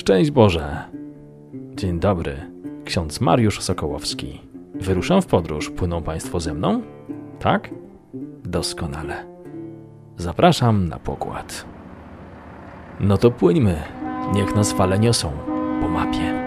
Szczęść Boże! Dzień dobry, ksiądz Mariusz Sokołowski. Wyruszam w podróż. Płyną Państwo ze mną? Tak? Doskonale. Zapraszam na pokład. No to płyńmy. Niech nas fale niosą po mapie.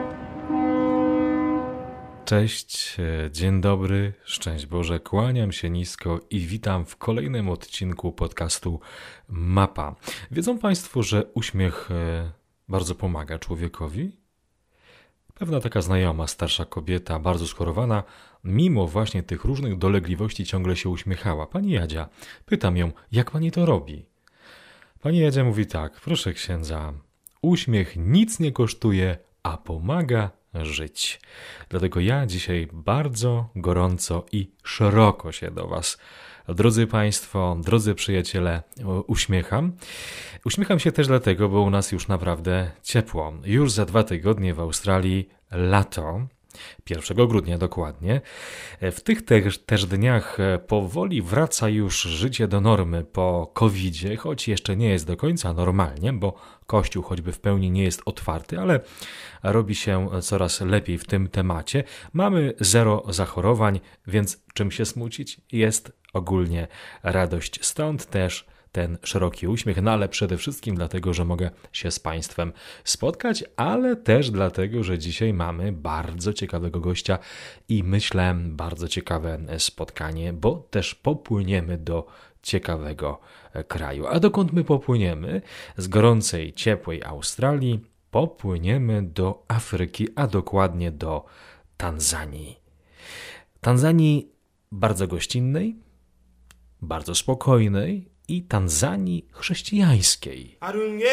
Cześć, dzień dobry, szczęść Boże, kłaniam się nisko i witam w kolejnym odcinku podcastu Mapa. Wiedzą Państwo, że uśmiech bardzo pomaga człowiekowi? Pewna taka znajoma, starsza kobieta, bardzo schorowana, mimo właśnie tych różnych dolegliwości ciągle się uśmiechała. Pani Jadzia, pytam ją, jak pani to robi? Pani Jadzia mówi tak, proszę księdza, uśmiech nic nie kosztuje, a pomaga żyć. Dlatego ja dzisiaj bardzo gorąco i szeroko się do Was, drodzy Państwo, drodzy przyjaciele, uśmiecham. Uśmiecham się też dlatego, bo u nas już naprawdę ciepło. Już za 2 tygodnie w Australii lato, 1 grudnia dokładnie. W tych też dniach powoli wraca już życie do normy po COVID-zie, choć jeszcze nie jest do końca normalnie, bo Kościół choćby w pełni nie jest otwarty, ale robi się coraz lepiej w tym temacie. Mamy 0 zachorowań, więc czym się smucić? Jest ogólnie radość. Stąd też ten szeroki uśmiech, no ale przede wszystkim dlatego, że mogę się z Państwem spotkać, ale też dlatego, że dzisiaj mamy bardzo ciekawego gościa i myślę bardzo ciekawe spotkanie, bo też popłyniemy do ciekawego kraju. A dokąd my popłyniemy? Z gorącej, ciepłej Australii popłyniemy do Afryki, a dokładnie do Tanzanii. Tanzanii bardzo gościnnej, bardzo spokojnej i Tanzanii chrześcijańskiej. Harunye,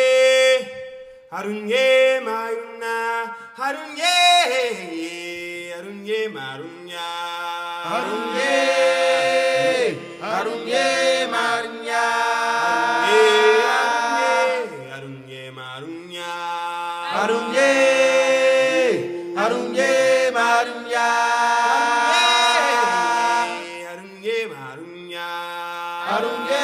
harunye mayuna, harunye, harunye marunya, harunye, harunye marunya, harunye marunya, harunye, harunye marunya, harunye marunya, harunye.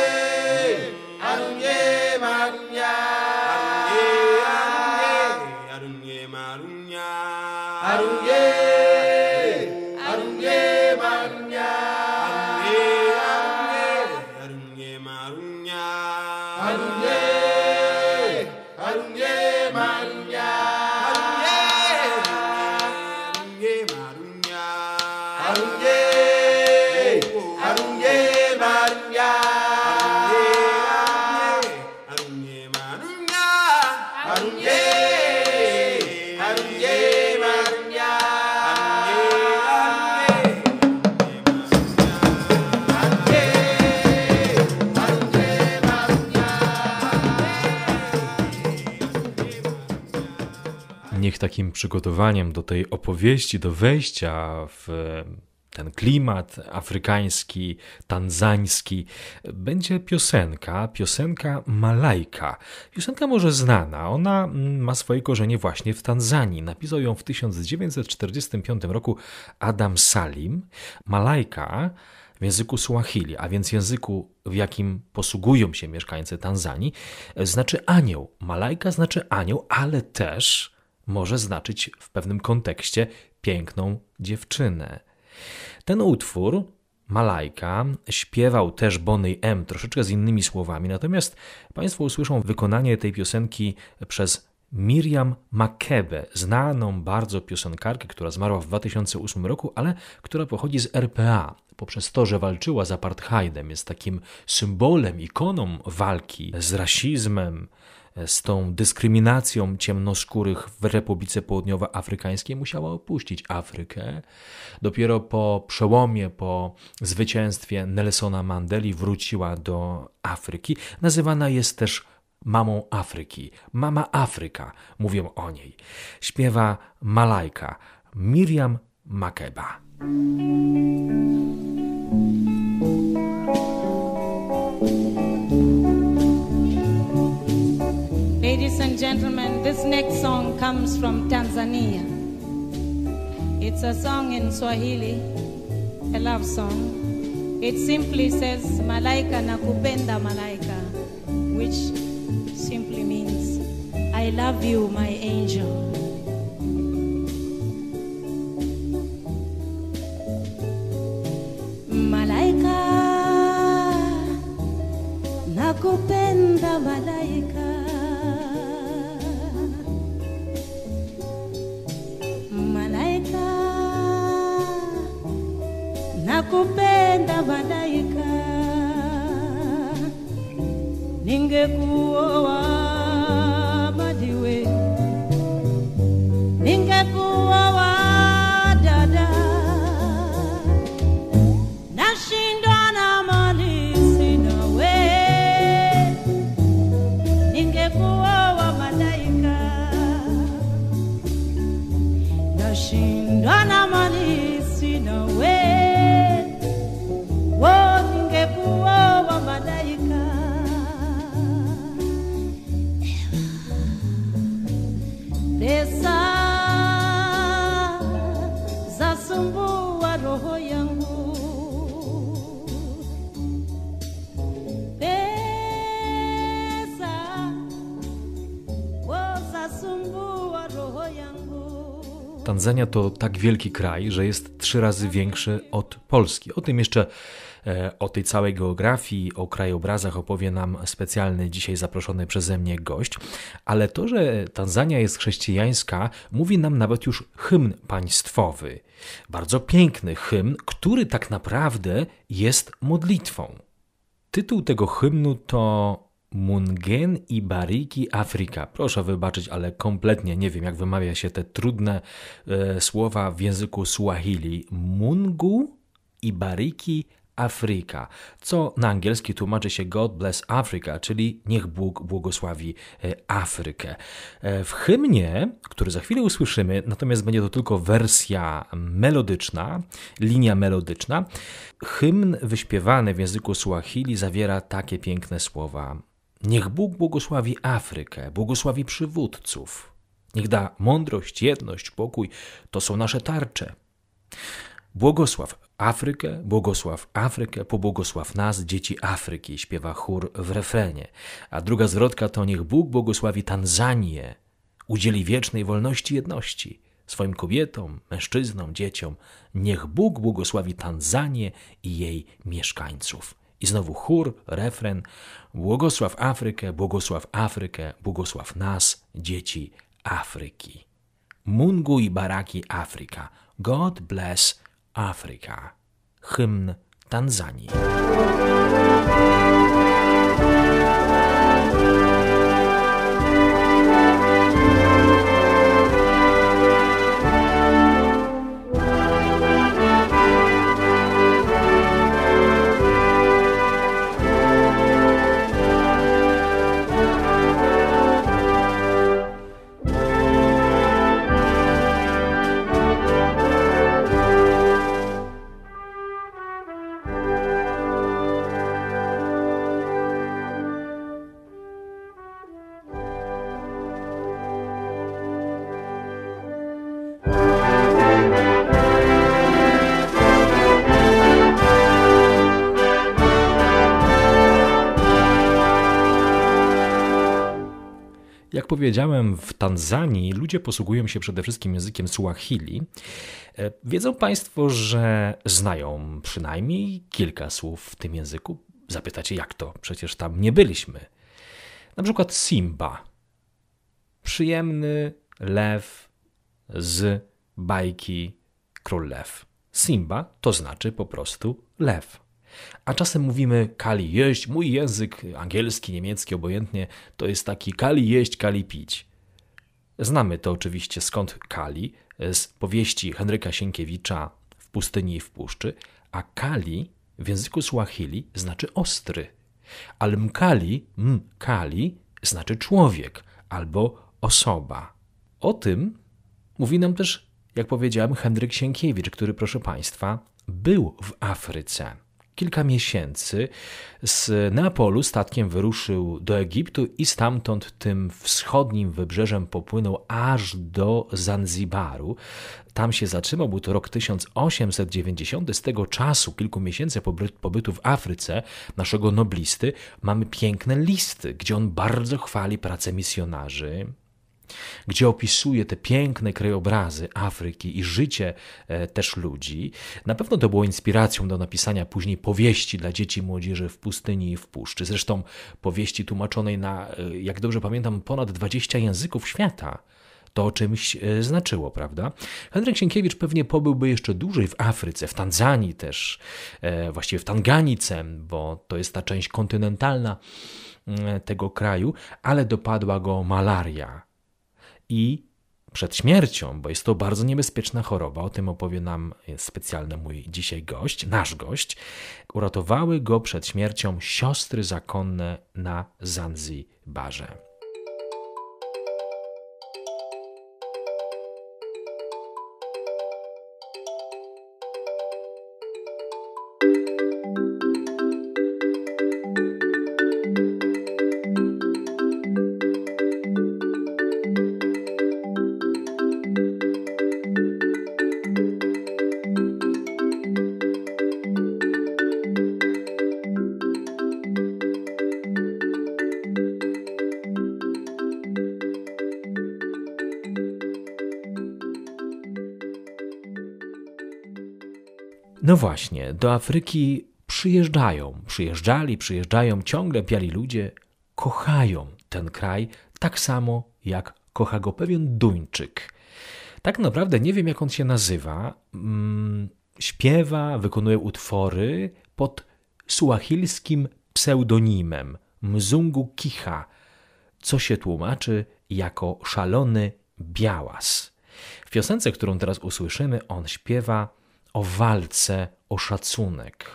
Niech takim przygotowaniem do tej opowieści, do wejścia w ten klimat afrykański, tanzański, będzie piosenka Malaika. Piosenka może znana, ona ma swoje korzenie właśnie w Tanzanii. Napisał ją w 1945 roku Adam Salim. Malaika w języku Swahili, a więc języku, w jakim posługują się mieszkańcy Tanzanii, znaczy anioł. Malaika znaczy anioł, ale też może znaczyć w pewnym kontekście piękną dziewczynę. Ten utwór, Malaika, śpiewał też Boney M, troszeczkę z innymi słowami, natomiast Państwo usłyszą wykonanie tej piosenki przez Miriam Makebe, znaną bardzo piosenkarkę, która zmarła w 2008 roku, ale która pochodzi z RPA. Poprzez to, że walczyła z apartheidem, jest takim symbolem, ikoną walki z rasizmem, z tą dyskryminacją ciemnoskórych w Republice Południowoafrykańskiej, musiała opuścić Afrykę. Dopiero po przełomie, po zwycięstwie Nelsona Mandeli wróciła do Afryki. Nazywana jest też mamą Afryki. Mama Afryka, mówią o niej. Śpiewa Malaika, Miriam Makeba. Ladies and gentlemen, this next song comes from Tanzania. It's a song in Swahili, a love song. It simply says, Malaika nakupenda malaika, which simply means, I I love you, my angel. Malaika, nakupenda malaika. Malaika, nakupenda malaika. Ningekuoa madiwe, ningekuoa dada, nashindwa na mali sina we, ningekuoa malaika, nashindwa na mali sina we, wo ningekuoa malaika. Pesa zasumbua roho yangu, pesa zasumbua roho yangu. Tanzania to tak wielki kraj, że jest 3 razy większy od Polski. O tym jeszcze, o tej całej geografii, o krajobrazach opowie nam specjalny dzisiaj zaproszony przeze mnie gość. Ale to, że Tanzania jest chrześcijańska, mówi nam nawet już hymn państwowy. Bardzo piękny hymn, który tak naprawdę jest modlitwą. Tytuł tego hymnu to Mungen i Bariki Afrika. Proszę wybaczyć, ale kompletnie nie wiem, jak wymawia się te trudne słowa w języku Swahili. Mungu i Bariki Afryka, co na angielski tłumaczy się God bless Africa, czyli niech Bóg błogosławi Afrykę. W hymnie, który za chwilę usłyszymy, natomiast będzie to tylko wersja melodyczna, linia melodyczna, hymn wyśpiewany w języku Swahili zawiera takie piękne słowa. Niech Bóg błogosławi Afrykę, błogosławi przywódców. Niech da mądrość, jedność, pokój. To są nasze tarcze. Błogosław Afrykę, pobłogosław nas, dzieci Afryki, śpiewa chór w refrenie. A druga zwrotka to niech Bóg błogosławi Tanzanię, udzieli wiecznej wolności, jedności swoim kobietom, mężczyznom, dzieciom. Niech Bóg błogosławi Tanzanię i jej mieszkańców. I znowu chór, refren. Błogosław Afrykę, błogosław nas, dzieci Afryki. Mungu i Baraki Afryka. God bless Africa. Hymn Tanzanii. Jak powiedziałem, w Tanzanii ludzie posługują się przede wszystkim językiem Swahili. Wiedzą Państwo, że znają przynajmniej kilka słów w tym języku? Zapytacie, jak to? Przecież tam nie byliśmy. Na przykład Simba. Przyjemny lew z bajki Król Lew. Simba to znaczy po prostu lew. A czasem mówimy kali jeść. Mój język angielski, niemiecki, obojętnie, to jest taki kali jeść, kali pić. Znamy to oczywiście skąd kali, z powieści Henryka Sienkiewicza W pustyni i w puszczy, a kali w języku Swahili znaczy ostry. Ale mkali znaczy człowiek albo osoba. O tym mówi nam też, jak powiedziałem, Henryk Sienkiewicz, który, proszę Państwa, był w Afryce. Kilka miesięcy z Neapolu statkiem wyruszył do Egiptu i stamtąd tym wschodnim wybrzeżem popłynął aż do Zanzibaru. Tam się zatrzymał, był to rok 1890. Z tego czasu, kilku miesięcy pobytu w Afryce naszego noblisty, mamy piękne listy, gdzie on bardzo chwali pracę misjonarzy. gdzie opisuje te piękne krajobrazy Afryki i życie też ludzi. Na pewno to było inspiracją do napisania później powieści dla dzieci i młodzieży w pustyni i w puszczy. Zresztą powieści tłumaczonej na, jak dobrze pamiętam, ponad 20 języków świata. To o czymś znaczyło, prawda? Henryk Sienkiewicz pewnie pobyłby jeszcze dłużej w Afryce, w Tanzanii też, właściwie w Tanganice, bo to jest ta część kontynentalna tego kraju, ale dopadła go malaria. I przed śmiercią, bo jest to bardzo niebezpieczna choroba, o tym opowie nam specjalny mój dzisiaj gość, nasz gość, uratowały go przed śmiercią siostry zakonne na Zanzibarze. No właśnie, do Afryki przyjeżdżają ciągle biali ludzie, kochają ten kraj tak samo jak kocha go pewien Duńczyk. Tak naprawdę nie wiem, jak on się nazywa, śpiewa, wykonuje utwory pod suahilskim pseudonimem Mzungu Kicha, co się tłumaczy jako szalony białas. W piosence, którą teraz usłyszymy, on śpiewa o walce, o szacunek,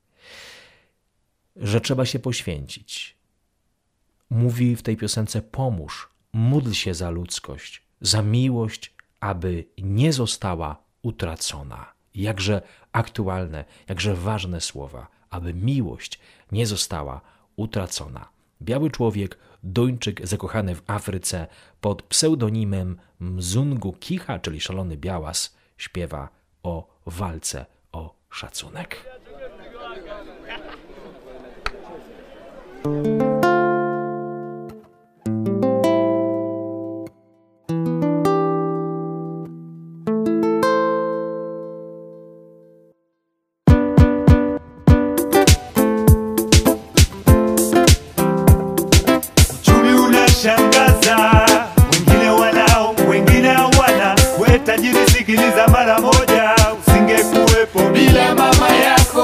że trzeba się poświęcić. Mówi w tej piosence: pomóż, módl się za ludzkość, za miłość, aby nie została utracona. Jakże aktualne, jakże ważne słowa, aby miłość nie została utracona. Biały człowiek, Duńczyk zakochany w Afryce pod pseudonimem Mzungu Kicha, czyli szalony białas, śpiewa o walce, o szacunek. Uchumi unashangaza, wengine wanao, wengine hawana. We tajiri, sikiliza mara moja, usingekuwepo bila mama yako.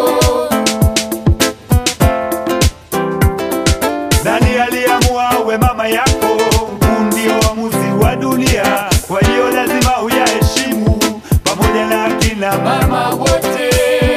Nani aliamua we mama yako? Huu ndio uamuzi wa dunia, kwa hiyo lazima uyaheshimu pamoja na akina mama wote.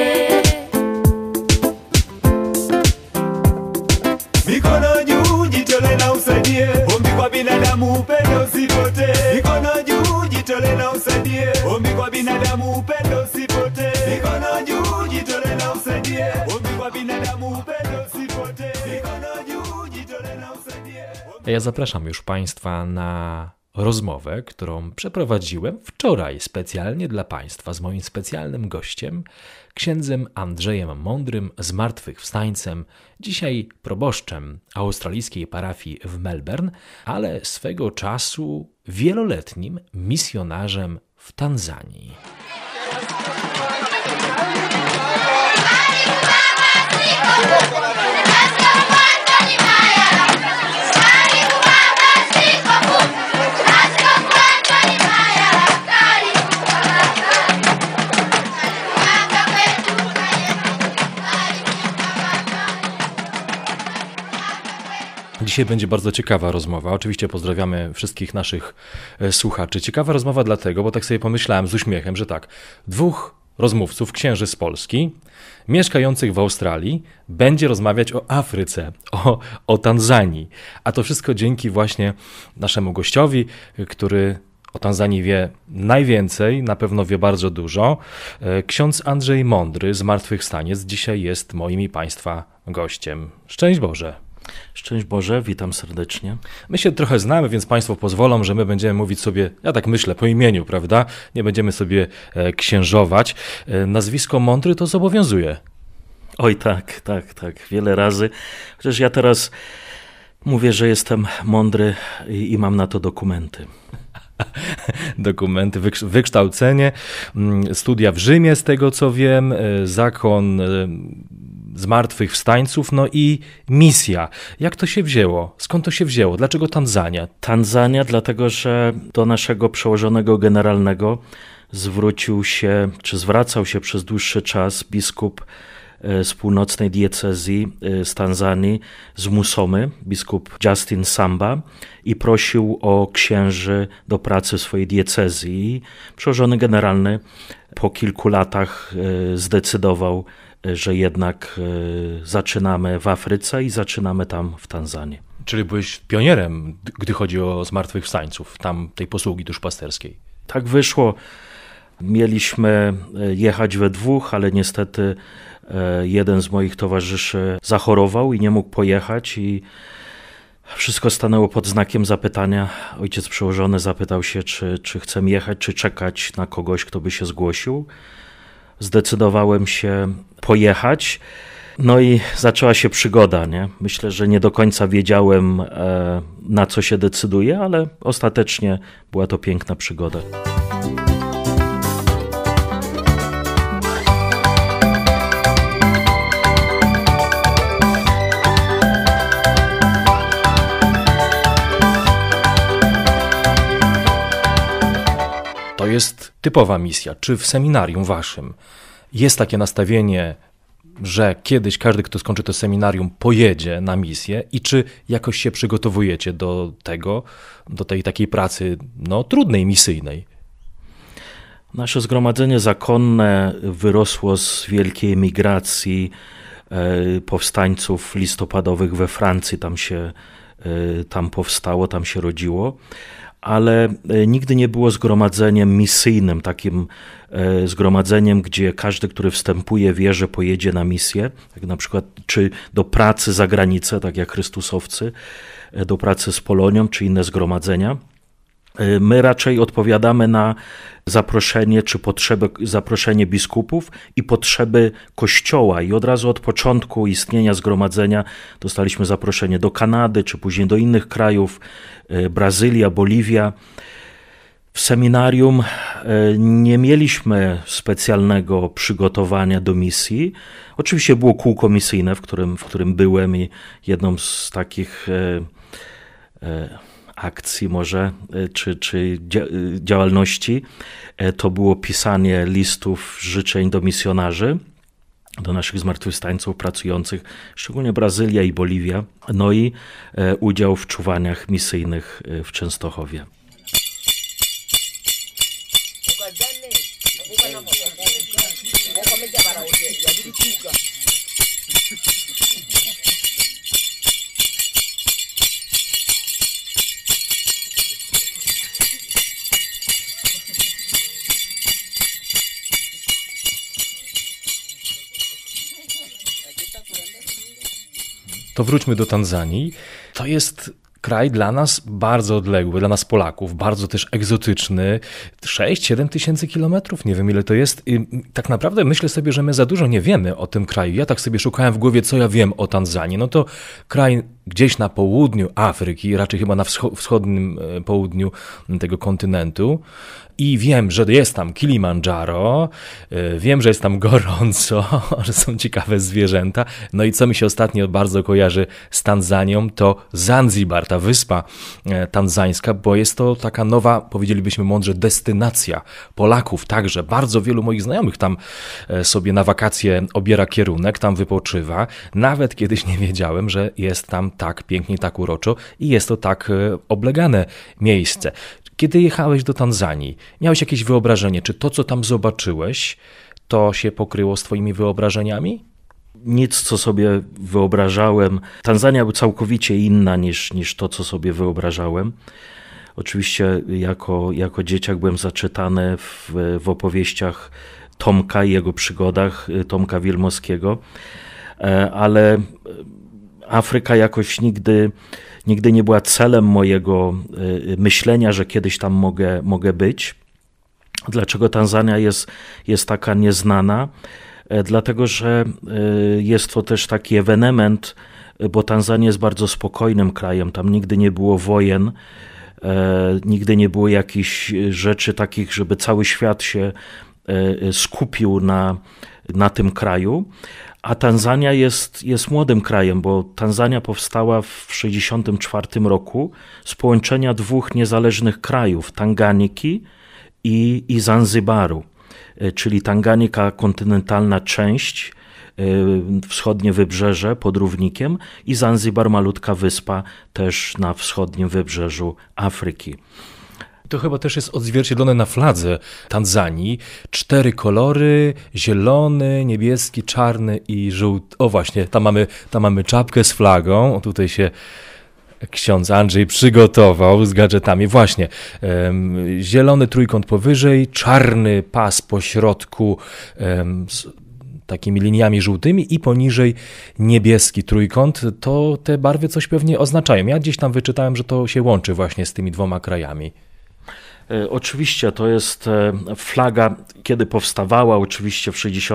Mikono juu, jitole na usaidie, ombi kwa binadamu, upendo usipotee. Mikono juu, jitole na usaidie, ombi kwa binadamu, upendo usipotee. Mikono juu, jitole na usaidie, ombi kwa binadamu, upendo usipotee. Mikono juu, jitole na usaidie. Ja zapraszam już Państwa na rozmowę, którą przeprowadziłem wczoraj specjalnie dla Państwa z moim specjalnym gościem, księdzem Andrzejem Mądrym, zmartwychwstańcem, dzisiaj proboszczem australijskiej parafii w Melbourne, ale swego czasu wieloletnim misjonarzem w Tanzanii. Dzisiaj będzie bardzo ciekawa rozmowa. Oczywiście pozdrawiamy wszystkich naszych słuchaczy. Ciekawa rozmowa dlatego, bo tak sobie pomyślałem z uśmiechem, że tak, dwóch rozmówców, księży z Polski, mieszkających w Australii, będzie rozmawiać o Afryce, o Tanzanii. A to wszystko dzięki właśnie naszemu gościowi, który o Tanzanii wie najwięcej, na pewno wie bardzo dużo. Ksiądz Andrzej Mądry, zmartwychwstaniec, dzisiaj jest moim i Państwa gościem. Szczęść Boże. Szczęść Boże, witam serdecznie. My się trochę znamy, więc Państwo pozwolą, że my będziemy mówić sobie, ja tak myślę, po imieniu, prawda? Nie będziemy sobie księżować. Nazwisko Mądry to zobowiązuje. Oj tak, wiele razy. Chociaż ja teraz Mówię, że jestem mądry i mam na to dokumenty. Dokumenty, wykształcenie, studia w Rzymie, z tego co wiem, zakon zmartwychwstańców, no i misja. Jak to się wzięło? Skąd to się wzięło? Dlaczego Tanzania? Tanzania, dlatego że do naszego przełożonego generalnego zwracał się przez dłuższy czas biskup z północnej diecezji z Tanzanii, z Musomy, biskup Justin Samba, i prosił o księży do pracy w swojej diecezji. I przełożony generalny po kilku latach zdecydował, że jednak zaczynamy w Afryce i zaczynamy tam w Tanzanii. Czyli byłeś pionierem, gdy chodzi o zmartwychwstańców, tam tej posługi duszpasterskiej. Tak wyszło. Mieliśmy jechać we dwóch, ale niestety jeden z moich towarzyszy zachorował i nie mógł pojechać i wszystko stanęło pod znakiem zapytania. Ojciec przełożony zapytał się, czy chcę jechać, czy czekać na kogoś, kto by się zgłosił. Zdecydowałem się pojechać. No i zaczęła się przygoda, nie? Myślę, że nie do końca wiedziałem, na co się decyduję, ale ostatecznie była to piękna przygoda. To jest typowa misja. Czy w seminarium waszym jest takie nastawienie, że kiedyś każdy, kto skończy to seminarium, pojedzie na misję i czy jakoś się przygotowujecie do tego, do tej takiej pracy, no, trudnej, misyjnej? Nasze zgromadzenie zakonne wyrosło z wielkiej emigracji powstańców listopadowych we Francji. Tam powstało, tam się rodziło. Ale nigdy nie było zgromadzeniem misyjnym, takim zgromadzeniem, gdzie każdy, który wstępuje, wie, że pojedzie na misję, jak na przykład czy do pracy za granicę, tak jak chrystusowcy, do pracy z Polonią, czy inne zgromadzenia. My raczej odpowiadamy na zaproszenie biskupów i potrzeby Kościoła i od razu od początku istnienia zgromadzenia dostaliśmy zaproszenie do Kanady, czy później do innych krajów, Brazylia, Boliwia. W seminarium nie mieliśmy specjalnego przygotowania do misji. Oczywiście było kółko misyjne, w którym byłem i jedną z takich akcji może, czy działalności, to było pisanie listów życzeń do misjonarzy, do naszych zmartwychwstańców pracujących, szczególnie Brazylia i Boliwia, no i udział w czuwaniach misyjnych w Częstochowie. To wróćmy do Tanzanii. To jest kraj dla nas bardzo odległy, dla nas Polaków, bardzo też egzotyczny. 6-7 tysięcy kilometrów, nie wiem ile to jest. I tak naprawdę myślę sobie, że my za dużo nie wiemy o tym kraju. Ja tak sobie szukałem w głowie, co ja wiem o Tanzanii. No to kraj gdzieś na południu Afryki, raczej chyba na wschodnim południu tego kontynentu. I wiem, że jest tam Kilimandżaro, wiem, że jest tam gorąco, że są ciekawe zwierzęta. No i co mi się ostatnio bardzo kojarzy z Tanzanią, to Zanzibar, ta wyspa tanzańska, bo jest to taka nowa, powiedzielibyśmy mądrze, destynacja Polaków także. Bardzo wielu moich znajomych tam sobie na wakacje obiera kierunek, tam wypoczywa. Nawet kiedyś nie wiedziałem, że jest tam tak pięknie, tak uroczo i jest to tak oblegane miejsce. Kiedy jechałeś do Tanzanii, miałeś jakieś wyobrażenie, czy to, co tam zobaczyłeś, to się pokryło z twoimi wyobrażeniami? Nic, co sobie wyobrażałem. Tanzania była całkowicie inna niż to, co sobie wyobrażałem. Oczywiście jako dzieciak byłem zaczytany w opowieściach Tomka i jego przygodach, Tomka Wilmowskiego, ale Afryka jakoś nigdy nie była celem mojego myślenia, że kiedyś tam mogę być. Dlaczego Tanzania jest taka nieznana? Dlatego, że jest to też taki ewenement bo Tanzania jest bardzo spokojnym krajem, tam nigdy nie było wojen, nigdy nie było jakichś rzeczy takich, żeby cały świat się skupił na tym kraju. A Tanzania jest młodym krajem, bo Tanzania powstała w 1964 roku z połączenia dwóch niezależnych krajów, Tanganiki i Zanzibaru, czyli Tanganika, kontynentalna część, wschodnie wybrzeże pod równikiem, i Zanzibar, malutka wyspa też na wschodnim wybrzeżu Afryki. To chyba też jest odzwierciedlone na fladze Tanzanii. 4 kolory, zielony, niebieski, czarny i żółty. O właśnie, tam mamy czapkę z flagą. O, tutaj się ksiądz Andrzej przygotował z gadżetami. Właśnie, zielony trójkąt powyżej, czarny pas po środku z takimi liniami żółtymi i poniżej niebieski trójkąt. To te barwy coś pewnie oznaczają. Ja gdzieś tam wyczytałem, że to się łączy właśnie z tymi dwoma krajami. Oczywiście to jest flaga, kiedy powstawała, oczywiście w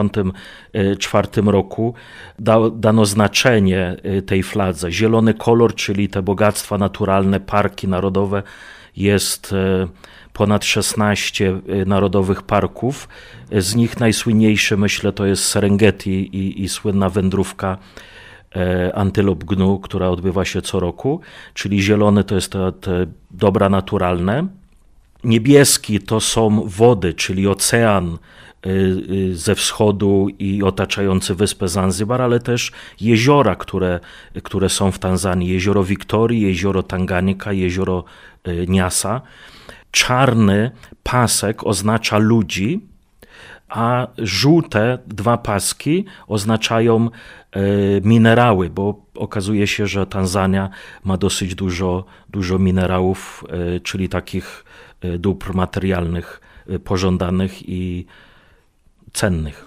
1964 roku dano znaczenie tej fladze. Zielony kolor, czyli te bogactwa naturalne, parki narodowe, jest ponad 16 narodowych parków. Z nich najsłynniejszy, myślę, to jest Serengeti i słynna wędrówka Antylop Gnu, która odbywa się co roku, czyli zielony to jest te dobra naturalne. Niebieski to są wody, czyli ocean ze wschodu i otaczający wyspę Zanzibar, ale też jeziora, które są w Tanzanii. Jezioro Wiktorii, jezioro Tanganika, jezioro Nyasa. Czarny pasek oznacza ludzi, a żółte 2 paski oznaczają minerały, bo okazuje się, że Tanzania ma dosyć dużo minerałów, czyli takich dóbr materialnych, pożądanych i cennych.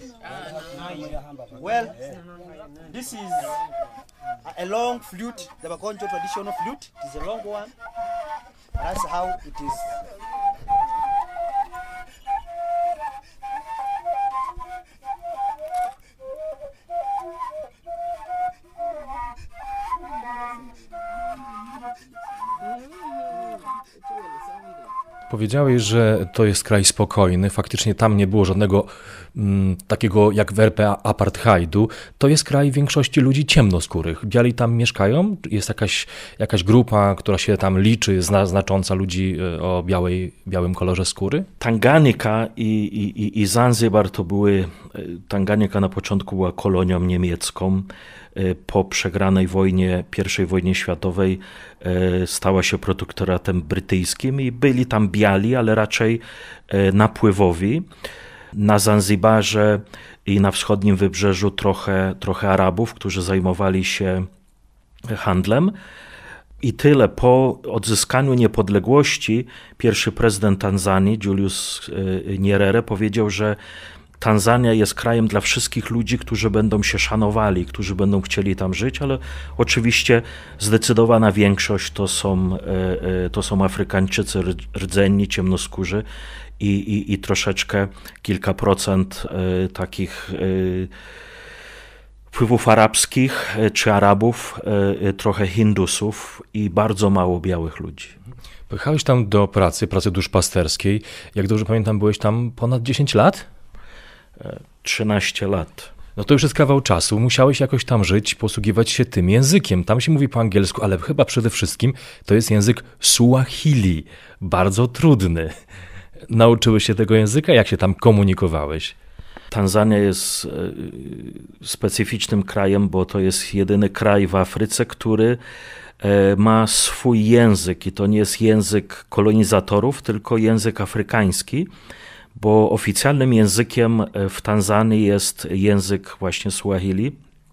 Well, this is a long flute, the Bakonjo traditional flute. It is a long one. That's how it is. Powiedziałeś, że to jest kraj spokojny. Faktycznie tam nie było żadnego takiego jak w RP apartheidu. To jest kraj większości ludzi ciemnoskórych. Biali tam mieszkają? Jest jakaś grupa, która się tam liczy, znacząca ludzi o białym kolorze skóry? Tanganika i Zanzibar to były... Tanganika na początku była kolonią niemiecką. Po przegranej I wojnie światowej stała się protektoratem brytyjskim i byli tam biali, ale raczej napływowi. Na Zanzibarze i na wschodnim wybrzeżu trochę Arabów, którzy zajmowali się handlem. I tyle. Po odzyskaniu niepodległości pierwszy prezydent Tanzanii, Julius Nyerere, powiedział, że Tanzania jest krajem dla wszystkich ludzi, którzy będą się szanowali, którzy będą chcieli tam żyć, ale oczywiście zdecydowana większość to są Afrykańczycy rdzenni, ciemnoskórzy i troszeczkę kilka procent takich wpływów arabskich czy Arabów, trochę Hindusów i bardzo mało białych ludzi. Pojechałeś tam do pracy duszpasterskiej. Jak dobrze pamiętam, byłeś tam ponad 10 lat? 13 lat. No to już jest kawał czasu. Musiałeś jakoś tam żyć, posługiwać się tym językiem. Tam się mówi po angielsku, ale chyba przede wszystkim to jest język Suahili. Bardzo trudny. Nauczyłeś się tego języka? Jak się tam komunikowałeś? Tanzania jest specyficznym krajem, bo to jest jedyny kraj w Afryce, który ma swój język i to nie jest język kolonizatorów, tylko język afrykański, bo oficjalnym językiem w Tanzanii jest język właśnie Swahili,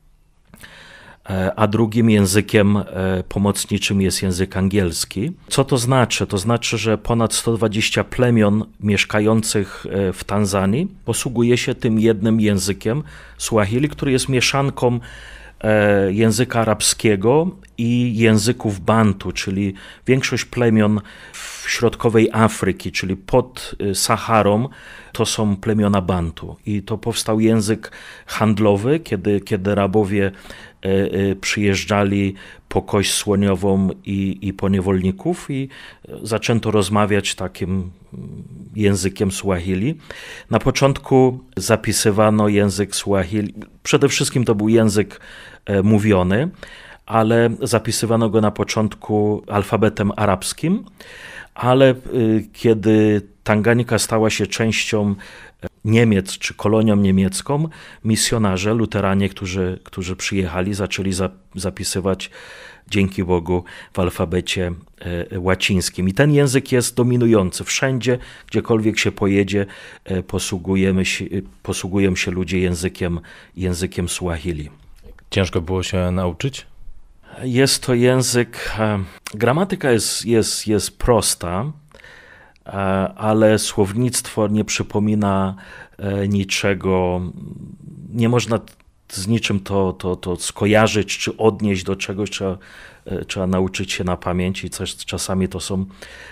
a drugim językiem pomocniczym jest język angielski. Co to znaczy? To znaczy, że ponad 120 plemion mieszkających w Tanzanii posługuje się tym jednym językiem Swahili, który jest mieszanką języka arabskiego i języków bantu, czyli większość plemion w środkowej Afryki, czyli pod Saharą, to są plemiona bantu. I to powstał język handlowy, kiedy Arabowie przyjeżdżali po kość słoniową i po niewolników i zaczęto rozmawiać takim językiem Swahili. Na początku zapisywano język Swahili, przede wszystkim to był język mówiony, ale zapisywano go na początku alfabetem arabskim, ale kiedy Tanganika stała się częścią Niemiec czy kolonią niemiecką, misjonarze, luteranie, którzy przyjechali, zaczęli zapisywać, dzięki Bogu, w alfabecie łacińskim. I ten język jest dominujący. Wszędzie, gdziekolwiek się pojedzie, posługują się ludzie językiem Swahili. Ciężko było się nauczyć? Jest to język, gramatyka jest prosta, ale słownictwo nie przypomina niczego, nie można z niczym to skojarzyć czy odnieść do czegoś, trzeba nauczyć się na pamięć i czasami to są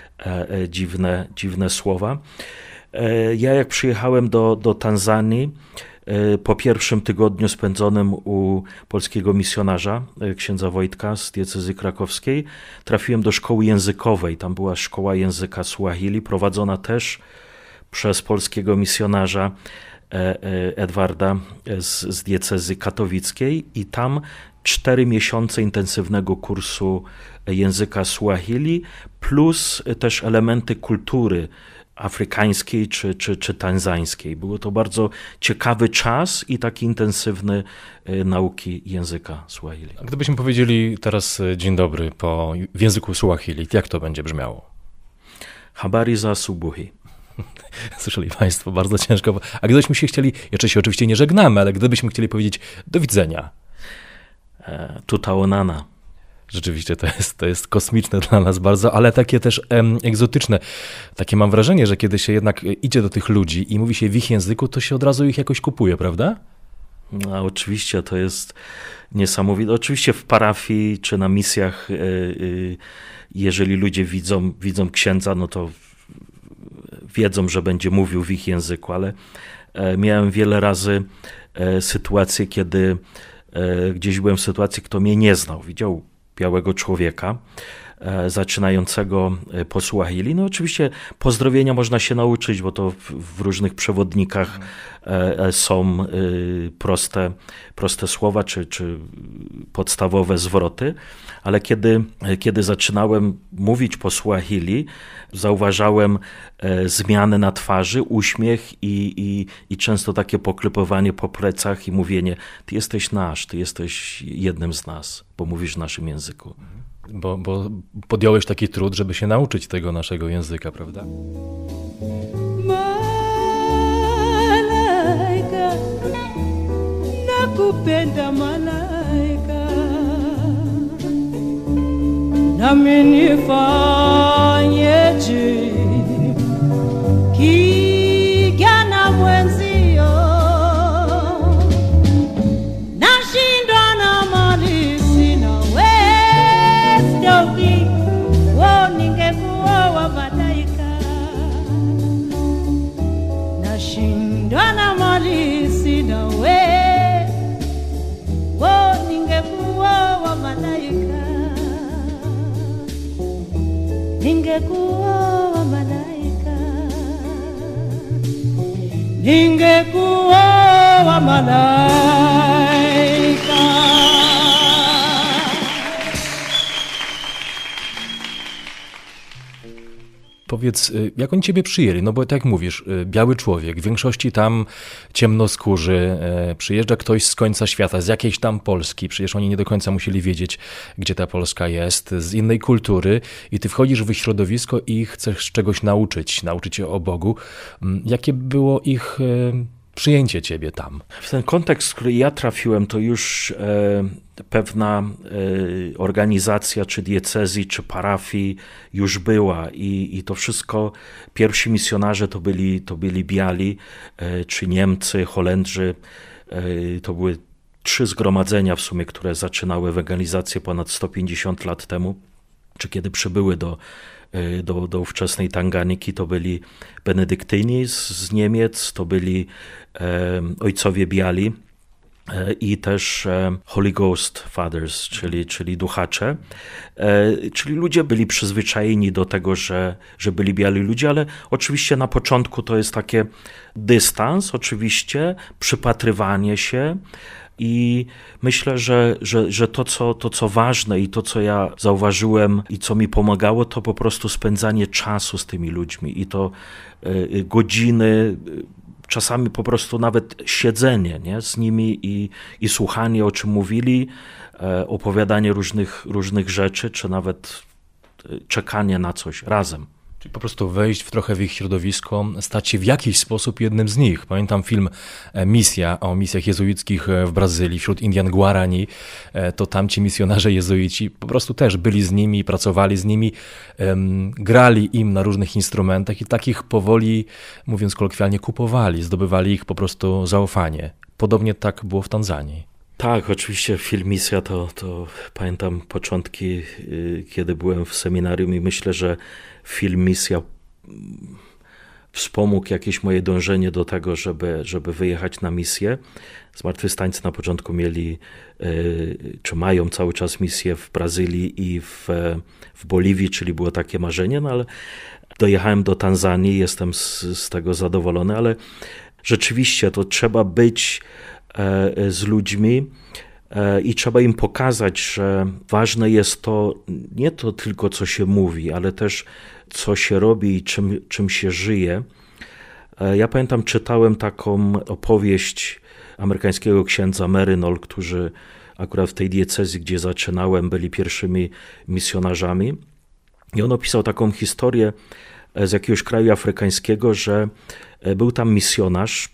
dziwne słowa. Ja jak przyjechałem do Tanzanii, po pierwszym tygodniu spędzonym u polskiego misjonarza, księdza Wojtka z diecezji krakowskiej, trafiłem do szkoły językowej. Tam była szkoła języka Swahili, prowadzona też przez polskiego misjonarza Edwarda z diecezji katowickiej i tam 4 miesiące intensywnego kursu języka Swahili plus też elementy kultury afrykańskiej czy tanzańskiej. Było to bardzo ciekawy czas i taki intensywny nauki języka Swahili. A gdybyśmy powiedzieli teraz dzień dobry w języku Swahili, jak to będzie brzmiało? Habari za asubuhi. Słyszeli Państwo, bardzo ciężko. A gdybyśmy się chcieli, jeszcze się oczywiście nie żegnamy, ale gdybyśmy chcieli powiedzieć do widzenia. Tutaonana. Rzeczywiście to jest kosmiczne dla nas bardzo, ale takie też egzotyczne. Takie mam wrażenie, że kiedy się jednak idzie do tych ludzi i mówi się w ich języku, to się od razu ich jakoś kupuje, prawda? No, oczywiście to jest niesamowite. Oczywiście w parafii czy na misjach, jeżeli ludzie widzą księdza, no to wiedzą, że będzie mówił w ich języku, ale miałem wiele razy sytuacje, kiedy gdzieś byłem w sytuacji, kto mnie nie znał, widział białego człowieka zaczynającego po Swahili. No oczywiście pozdrowienia można się nauczyć, bo to w różnych przewodnikach są proste słowa czy podstawowe zwroty, ale kiedy zaczynałem mówić po Swahili, zauważałem zmiany na twarzy, uśmiech i często takie poklepywanie po plecach i mówienie: ty jesteś nasz, ty jesteś jednym z nas, bo mówisz w naszym języku. Bo podjąłeś taki trud, żeby się nauczyć tego naszego języka, prawda? Malaika, nakupenda malaika, nami nifanyeje kijana mwenzio, nashindwa na mali sina westoki, ningekuoa malaika, nashindwa na mali sina ningekuoa malaika, ningekuoa malaika, ningekuoa malaika. Powiedz, jak oni ciebie przyjęli? No bo tak jak mówisz, biały człowiek, w większości tam ciemnoskórzy, przyjeżdża ktoś z końca świata, z jakiejś tam Polski, przecież oni nie do końca musieli wiedzieć, gdzie ta Polska jest, z innej kultury i ty wchodzisz w ich środowisko i chcesz czegoś nauczyć się o Bogu. Jakie było ich przyjęcie ciebie tam? W ten kontekst, w który ja trafiłem, to już pewna organizacja, czy diecezji, czy parafii już była i to wszystko, pierwsi misjonarze to byli biali, czy Niemcy, Holendrzy, to były 3 zgromadzenia w sumie, które zaczynały ewangelizację ponad 150 lat temu, czy kiedy przybyły do ówczesnej Tanganiki, to byli benedyktyni z Niemiec, to byli ojcowie biali i też Holy Ghost Fathers, czyli duchacze. Czyli ludzie byli przyzwyczajeni do tego, że byli biali ludzie, ale oczywiście na początku to jest takie dystans, oczywiście, przypatrywanie się. I myślę, że to, co ważne i to, co ja zauważyłem i co mi pomagało, to po prostu spędzanie czasu z tymi ludźmi i to godziny, czasami po prostu nawet siedzenie, nie, z nimi i słuchanie, o czym mówili, opowiadanie różnych rzeczy, czy nawet czekanie na coś razem. Czyli po prostu wejść trochę w ich środowisko, stać się w jakiś sposób jednym z nich. Pamiętam film Misja o misjach jezuickich w Brazylii wśród Indian Guarani. To tamci misjonarze jezuici po prostu też byli z nimi, pracowali z nimi, grali im na różnych instrumentach i takich powoli, mówiąc kolokwialnie, kupowali, zdobywali ich po prostu zaufanie. Podobnie tak było w Tanzanii. Tak, oczywiście film Misja to pamiętam początki, kiedy byłem w seminarium i myślę, że film Misja wspomógł jakieś moje dążenie do tego, żeby wyjechać na misję. Zmartwychwstańcy na początku mieli, czy mają cały czas misję w Brazylii i w Boliwii, czyli było takie marzenie, no ale dojechałem do Tanzanii, jestem z tego zadowolony, ale rzeczywiście to trzeba być z ludźmi i trzeba im pokazać, że ważne jest to nie to tylko, co się mówi, ale też co się robi i czym się żyje. Ja pamiętam, czytałem taką opowieść amerykańskiego księdza Maryknoll, którzy akurat w tej diecezji, gdzie zaczynałem, byli pierwszymi misjonarzami. I on opisał taką historię z jakiegoś kraju afrykańskiego, że był tam misjonarz,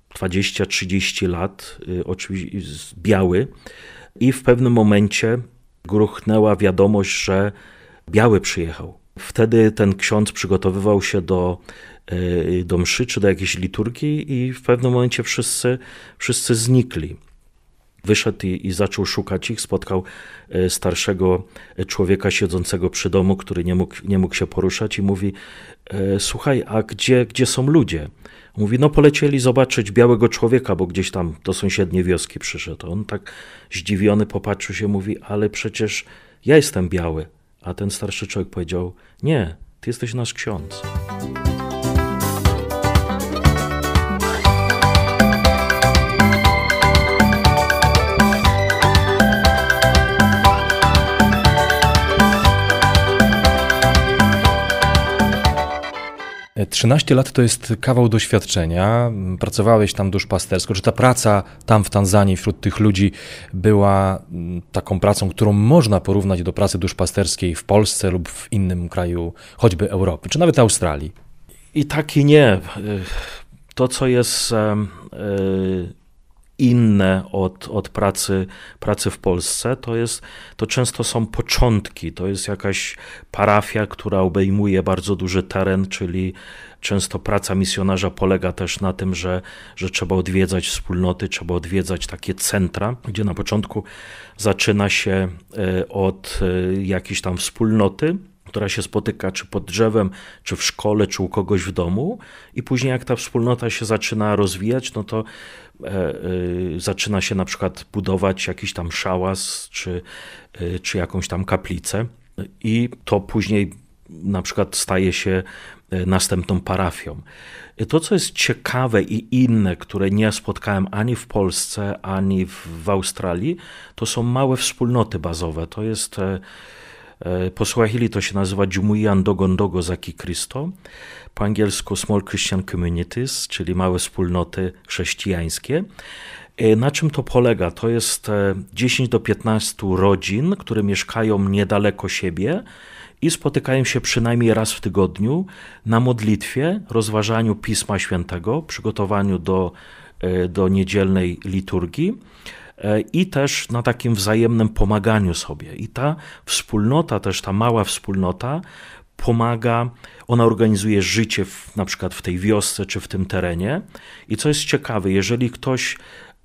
20-30 lat, oczywiście biały, i w pewnym momencie gruchnęła wiadomość, że biały przyjechał. Wtedy ten ksiądz przygotowywał się do mszy czy do jakiejś liturgii i w pewnym momencie wszyscy znikli. Wyszedł i zaczął szukać ich, spotkał starszego człowieka siedzącego przy domu, który nie mógł się poruszać i mówi: słuchaj, a gdzie są ludzie? Mówi: no polecieli zobaczyć białego człowieka, bo gdzieś tam do sąsiedniej wioski przyszedł. On tak zdziwiony popatrzył się, mówi: ale przecież ja jestem biały. A ten starszy człowiek powiedział: nie, ty jesteś nasz ksiądz. 13 lat to jest kawał doświadczenia. Pracowałeś tam duszpastersko. Czy ta praca tam w Tanzanii wśród tych ludzi była taką pracą, którą można porównać do pracy duszpasterskiej w Polsce lub w innym kraju, choćby Europy, czy nawet Australii? I tak i nie. To, co jest inne od pracy w Polsce, to często są początki. To jest jakaś parafia, która obejmuje bardzo duży teren, czyli często praca misjonarza polega też na tym, że trzeba odwiedzać wspólnoty, trzeba odwiedzać takie centra, gdzie na początku zaczyna się od jakiejś tam wspólnoty, która się spotyka czy pod drzewem, czy w szkole, czy u kogoś w domu, i później jak ta wspólnota się zaczyna rozwijać, no to zaczyna się na przykład budować jakiś tam szałas, czy jakąś tam kaplicę, i to później na przykład staje się następną parafią. To, co jest ciekawe i inne, które nie spotkałem ani w Polsce, ani w Australii, to są małe wspólnoty bazowe. To jest po Swahili to się nazywa Jumuiya Ndogondogo za Kikristo, po angielsku Small Christian Communities, czyli małe wspólnoty chrześcijańskie. Na czym to polega? To jest 10 do 15 rodzin, które mieszkają niedaleko siebie i spotykają się przynajmniej raz w tygodniu na modlitwie, rozważaniu Pisma Świętego, przygotowaniu do niedzielnej liturgii i też na takim wzajemnym pomaganiu sobie. I ta wspólnota, też ta mała wspólnota pomaga, ona organizuje życie na przykład w tej wiosce czy w tym terenie. I co jest ciekawe, jeżeli ktoś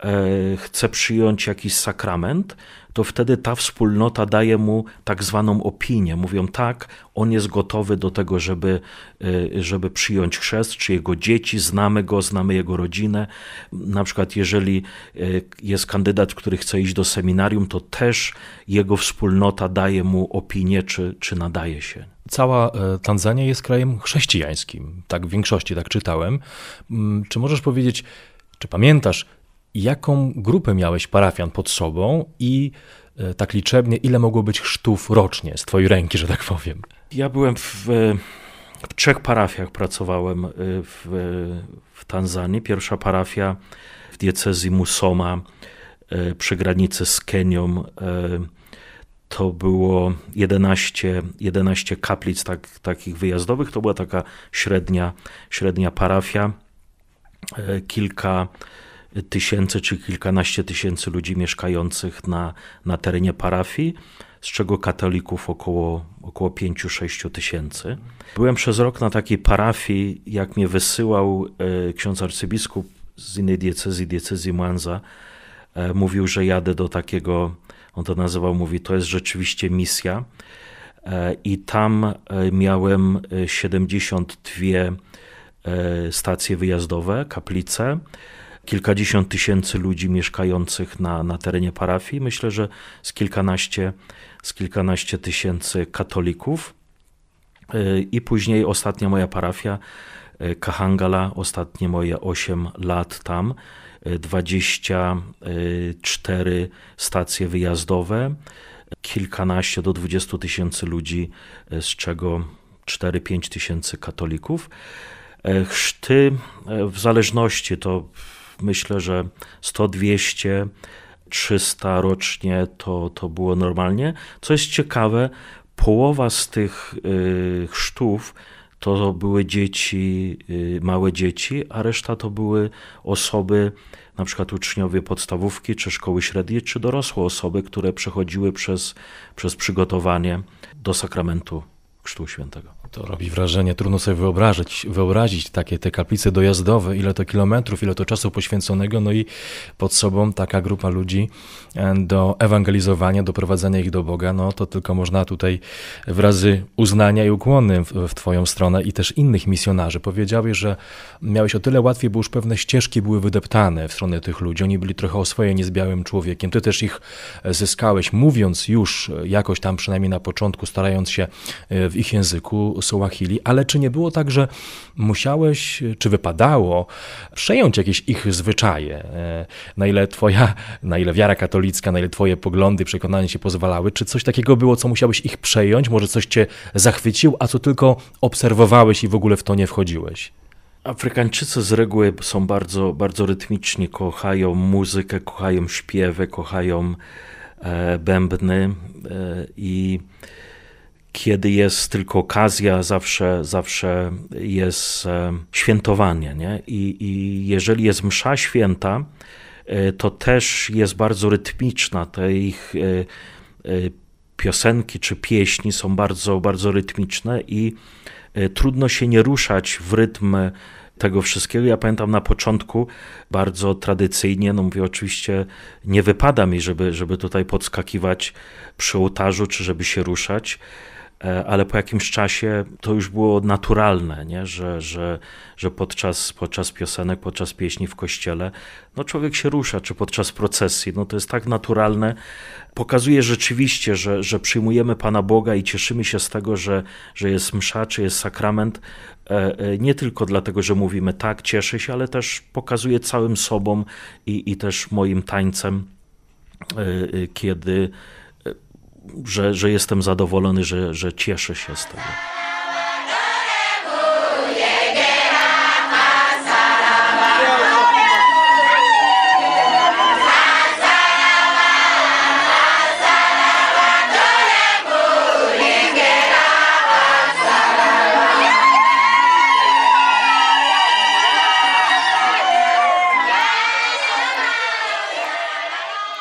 chce przyjąć jakiś sakrament, to wtedy ta wspólnota daje mu tak zwaną opinię. Mówią tak, on jest gotowy do tego, żeby przyjąć chrzest, czy jego dzieci, znamy go, znamy jego rodzinę. Na przykład jeżeli jest kandydat, który chce iść do seminarium, to też jego wspólnota daje mu opinię, czy nadaje się. Cała Tanzania jest krajem chrześcijańskim, tak w większości, tak czytałem. Czy możesz powiedzieć, czy pamiętasz, jaką grupę miałeś parafian pod sobą i tak liczebnie, ile mogło być chrztów rocznie z twojej ręki, że tak powiem? Ja byłem w 3 parafiach, pracowałem w Tanzanii. Pierwsza parafia w diecezji Musoma przy granicy z Kenią. To było 11 kaplic takich wyjazdowych. To była taka średnia parafia. Kilka tysięcy czy kilkanaście tysięcy ludzi mieszkających na terenie parafii, z czego katolików około 5-6 tysięcy. Byłem przez rok na takiej parafii, jak mnie wysyłał ksiądz arcybiskup z innej diecezji Mwanza, mówił, że jadę do takiego, on to nazywał, mówi, to jest rzeczywiście misja. I tam miałem 72 stacje wyjazdowe, kaplice, kilkadziesiąt tysięcy ludzi mieszkających na terenie parafii. Myślę, że z kilkanaście tysięcy katolików. I później ostatnia moja parafia, Kahangala, ostatnie moje 8 lat tam, 24 stacje wyjazdowe, kilkanaście do 20 tysięcy ludzi, z czego 4-5 tysięcy katolików. Chrzty w zależności to myślę, że 100, 200, 300 rocznie to było normalnie. Co jest ciekawe, połowa z tych chrztów to były dzieci, małe dzieci, a reszta to były osoby, na przykład uczniowie podstawówki, czy szkoły średniej, czy dorosłe osoby, które przechodziły przez przygotowanie do sakramentu Chrztu Świętego. To robi wrażenie, trudno sobie wyobrazić takie te kaplice dojazdowe, ile to kilometrów, ile to czasu poświęconego, no i pod sobą taka grupa ludzi do ewangelizowania, do prowadzenia ich do Boga, no to tylko można tutaj wyrazy uznania i ukłony w twoją stronę i też innych misjonarzy. Powiedziałeś, że miałeś o tyle łatwiej, bo już pewne ścieżki były wydeptane w stronę tych ludzi, oni byli trochę oswojeni z białym człowiekiem, ty też ich zyskałeś, mówiąc już jakoś tam przynajmniej na początku, starając się w ich języku Suahili, ale czy nie było tak, że musiałeś, czy wypadało przejąć jakieś ich zwyczaje? Na ile wiara katolicka, na ile twoje poglądy, przekonania się pozwalały? Czy coś takiego było, co musiałeś ich przejąć? Może coś cię zachwyciło, a co tylko obserwowałeś i w ogóle w to nie wchodziłeś? Afrykańczycy z reguły są bardzo, bardzo rytmiczni, kochają muzykę, kochają śpiewy, kochają bębny i kiedy jest tylko okazja, zawsze jest świętowanie, nie? I jeżeli jest msza święta, to też jest bardzo rytmiczna. Te ich piosenki czy pieśni są bardzo, bardzo rytmiczne i trudno się nie ruszać w rytm tego wszystkiego. Ja pamiętam na początku bardzo tradycyjnie, no mówię, oczywiście nie wypada mi, żeby tutaj podskakiwać przy ołtarzu, czy żeby się ruszać, ale po jakimś czasie to już było naturalne, nie? Że podczas piosenek, podczas pieśni w kościele, no człowiek się rusza, czy podczas procesji, no to jest tak naturalne. Pokazuje rzeczywiście, że przyjmujemy Pana Boga i cieszymy się z tego, że jest msza, czy jest sakrament, nie tylko dlatego, że mówimy tak, cieszę się, ale też pokazuje całym sobą i też moim tańcem, kiedy że jestem zadowolony, że cieszę się z tego.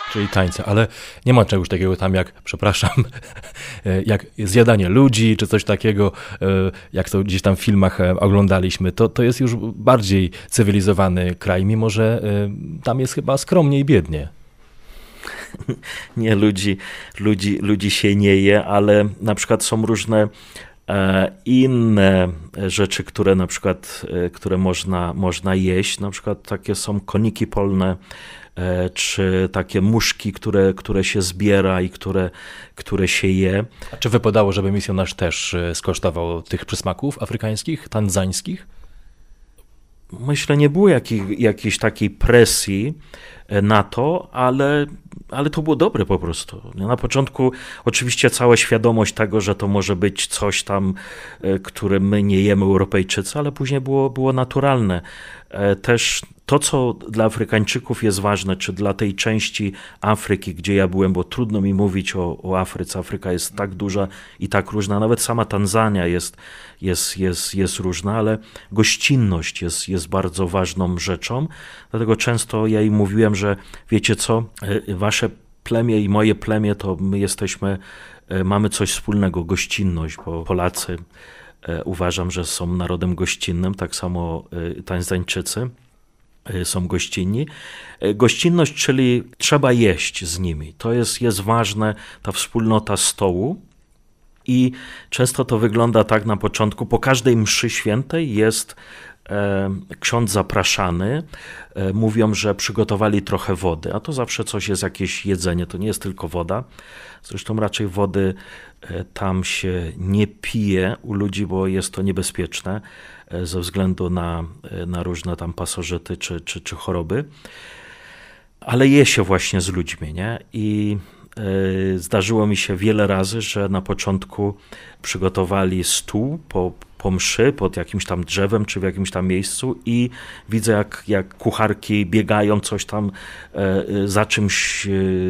Czyli tańce, ale nie ma czegoś takiego tam jak, przepraszam, jak zjadanie ludzi, czy coś takiego, jak to gdzieś tam w filmach oglądaliśmy. To jest już bardziej cywilizowany kraj, mimo że tam jest chyba skromnie i biednie. Nie, ludzi się nie je, ale na przykład są różne inne rzeczy, które na przykład, które można jeść. Na przykład takie są koniki polne, czy takie muszki, które się zbiera i które się je. A czy wypadało, żeby misjonarz też skosztował tych przysmaków afrykańskich, tanzańskich? Myślę, nie było jakiejś takiej presji na to, ale to było dobre po prostu. Na początku oczywiście cała świadomość tego, że to może być coś tam, które my nie jemy Europejczycy, ale później było naturalne. Też to, co dla Afrykańczyków jest ważne, czy dla tej części Afryki, gdzie ja byłem, bo trudno mi mówić o Afryce. Afryka jest tak duża i tak różna, nawet sama Tanzania jest różna, ale gościnność jest bardzo ważną rzeczą. Dlatego często ja im mówiłem, że wiecie co, wasze plemię i moje plemię, to my mamy coś wspólnego, gościnność, bo Polacy uważam, że są narodem gościnnym, tak samo Tanzańczycy są gościnni. Gościnność, czyli trzeba jeść z nimi. To jest ważne, ta wspólnota stołu. I często to wygląda tak na początku, po każdej mszy świętej jest ksiądz zapraszany, mówią, że przygotowali trochę wody, a to zawsze coś jest, jakieś jedzenie, to nie jest tylko woda. Zresztą raczej wody tam się nie pije u ludzi, bo jest to niebezpieczne ze względu na różne tam pasożyty czy choroby. Ale je się właśnie z ludźmi, nie? I zdarzyło mi się wiele razy, że na początku przygotowali stół po mszy, pod jakimś tam drzewem, czy w jakimś tam miejscu i widzę, jak kucharki biegają, coś tam za czymś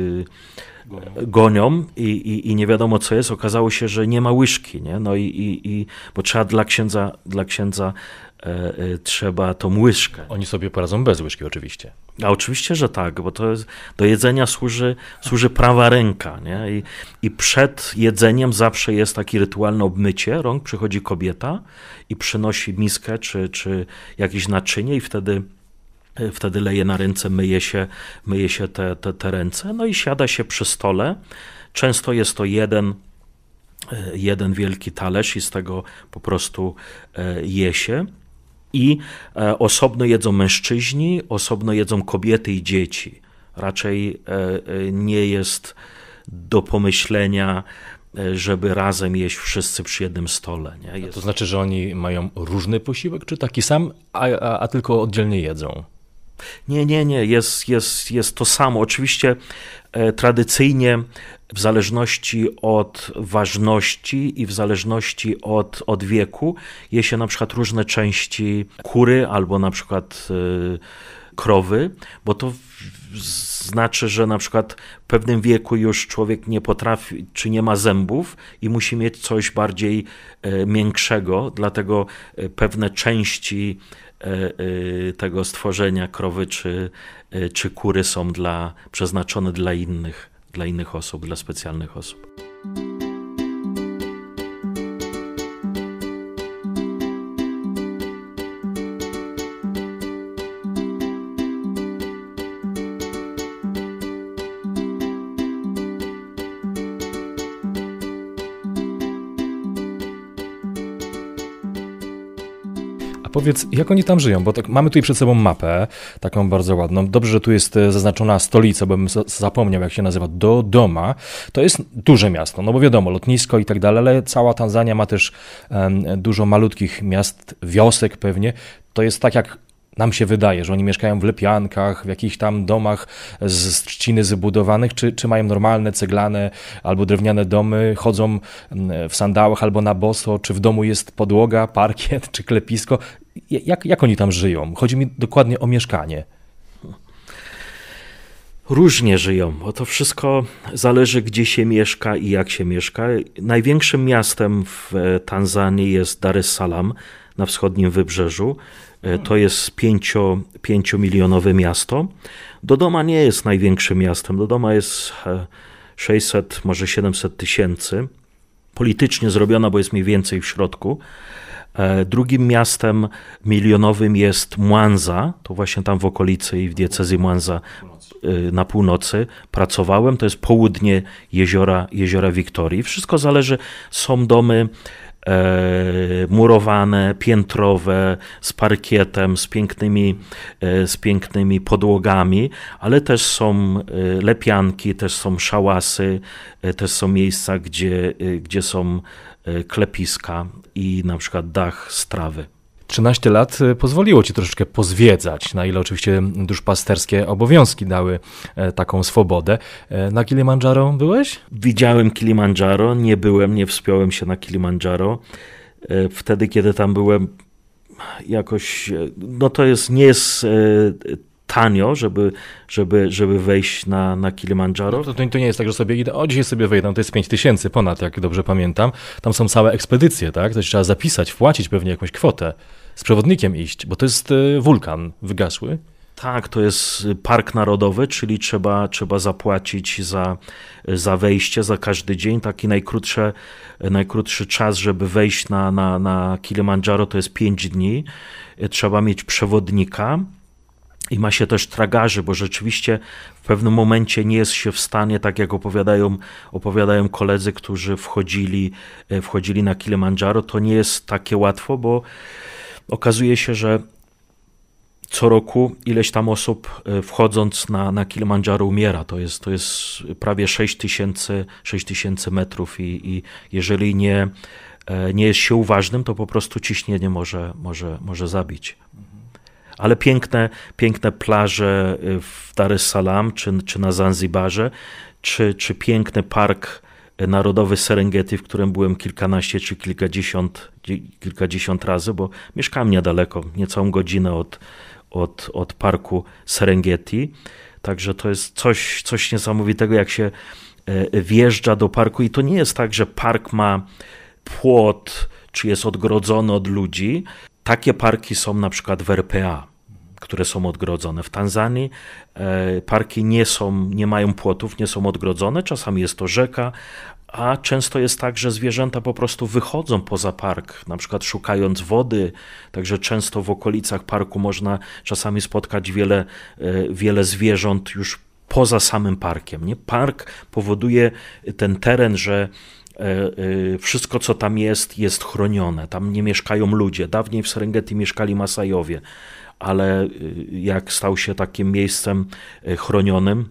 gonią i nie wiadomo co jest. Okazało się, że nie ma łyżki, nie? No bo trzeba dla księdza trzeba tą łyżkę. Oni sobie poradzą bez łyżki oczywiście. A oczywiście, że tak, bo to jest, do jedzenia służy prawa ręka, nie? I przed jedzeniem zawsze jest takie rytualne obmycie rąk, przychodzi kobieta i przynosi miskę czy jakieś naczynie i wtedy leje na ręce, myje się te ręce, no i siada się przy stole. Często jest to jeden wielki talerz i z tego po prostu je się. I osobno jedzą mężczyźni, osobno jedzą kobiety i dzieci. Raczej nie jest do pomyślenia, żeby razem jeść wszyscy przy jednym stole. Nie? To znaczy, że oni mają różny posiłek, czy taki sam, a tylko oddzielnie jedzą? Nie. Jest to samo. Oczywiście tradycyjnie w zależności od ważności i w zależności od wieku je się na przykład różne części kury albo na przykład krowy, bo to znaczy, że na przykład w pewnym wieku już człowiek nie potrafi, czy nie ma zębów i musi mieć coś bardziej miększego, dlatego pewne części tego stworzenia krowy czy kury są przeznaczone dla innych osób, dla specjalnych osób. Powiedz, jak oni tam żyją, bo tak, mamy tutaj przed sobą mapę, taką bardzo ładną. Dobrze, że tu jest zaznaczona stolica, bo bym zapomniał, jak się nazywa, Dodoma. To jest duże miasto, no bo wiadomo, lotnisko i tak dalej, ale cała Tanzania ma też dużo malutkich miast, wiosek pewnie. To jest tak, jak nam się wydaje, że oni mieszkają w lepiankach, w jakichś tam domach z trzciny zbudowanych, czy mają normalne, ceglane albo drewniane domy, chodzą w sandałach albo na boso, czy w domu jest podłoga, parkiet, czy klepisko. Jak oni tam żyją? Chodzi mi dokładnie o mieszkanie. Różnie żyją, bo to wszystko zależy, gdzie się mieszka i jak się mieszka. Największym miastem w Tanzanii jest Dar es Salaam na wschodnim wybrzeżu. To jest 5-milionowe miasto. Dodoma nie jest największym miastem. Dodoma jest 600, może 700 tysięcy. Politycznie zrobiona, bo jest mniej więcej w środku. Drugim miastem milionowym jest Mwanza, to właśnie tam w okolicy i w diecezji Mwanza na północy pracowałem. To jest południe jeziora Wiktorii. Wszystko zależy, są domy murowane, piętrowe, z parkietem, z pięknymi podłogami, ale też są lepianki, też są szałasy, też są miejsca, gdzie są klepiska i na przykład dach z trawy. 13 lat pozwoliło ci troszeczkę pozwiedzać, na ile oczywiście duszpasterskie obowiązki dały taką swobodę. Na Kilimandżaro byłeś? Widziałem Kilimandżaro, nie wspiąłem się na Kilimandżaro. Wtedy, kiedy tam byłem, jakoś, no to nie jest tanio, żeby wejść na Kilimandżaro. No to nie jest tak, że sobie idę, dzisiaj sobie wejdę, to jest 5000 ponad, jak dobrze pamiętam. Tam są całe ekspedycje, tak? To trzeba zapisać, wpłacić pewnie jakąś kwotę, z przewodnikiem iść, bo to jest wulkan wygasły. Tak, to jest park narodowy, czyli trzeba zapłacić za wejście, za każdy dzień. Taki najkrótszy czas, żeby wejść na Kilimandżaro, to jest 5 dni. Trzeba mieć przewodnika. I ma się też tragarzy, bo rzeczywiście w pewnym momencie nie jest się w stanie, tak jak opowiadają koledzy, którzy wchodzili na Kilimandżaro, to nie jest takie łatwo, bo okazuje się, że co roku ileś tam osób wchodząc na Kilimandżaro umiera. To jest prawie 6000 metrów i jeżeli nie jest się uważnym, to po prostu ciśnienie może zabić. Ale piękne plaże w Dar es Salaam, czy na Zanzibarze, czy piękny park narodowy Serengeti, w którym byłem kilkanaście czy kilkadziesiąt razy, bo mieszkam niedaleko, niecałą godzinę od parku Serengeti. Także to jest coś niesamowitego, jak się wjeżdża do parku i to nie jest tak, że park ma płot, czy jest odgrodzony od ludzi. Takie parki są na przykład w RPA, które są odgrodzone. W Tanzanii parki nie mają płotów, nie są odgrodzone. Czasami jest to rzeka, a często jest tak, że zwierzęta po prostu wychodzą poza park, na przykład szukając wody. Także często w okolicach parku można czasami spotkać wiele zwierząt już poza samym parkiem. Nie? Park powoduje ten teren, że wszystko, co tam jest chronione. Tam nie mieszkają ludzie. Dawniej w Serengeti mieszkali Masajowie, ale jak stał się takim miejscem chronionym,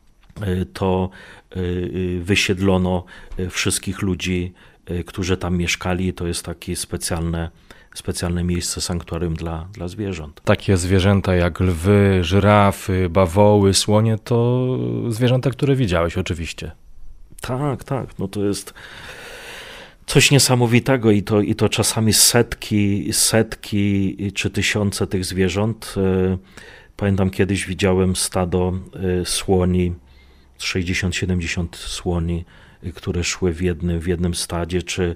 to wysiedlono wszystkich ludzi, którzy tam mieszkali. To jest takie specjalne miejsce, sanktuarium dla zwierząt. Takie zwierzęta jak lwy, żyrafy, bawoły, słonie, to zwierzęta, które widziałeś oczywiście. Tak. No to jest coś niesamowitego i to czasami setki czy tysiące tych zwierząt. Pamiętam, kiedyś widziałem stado słoni, 60-70 słoni, które szły w jednym stadzie, czy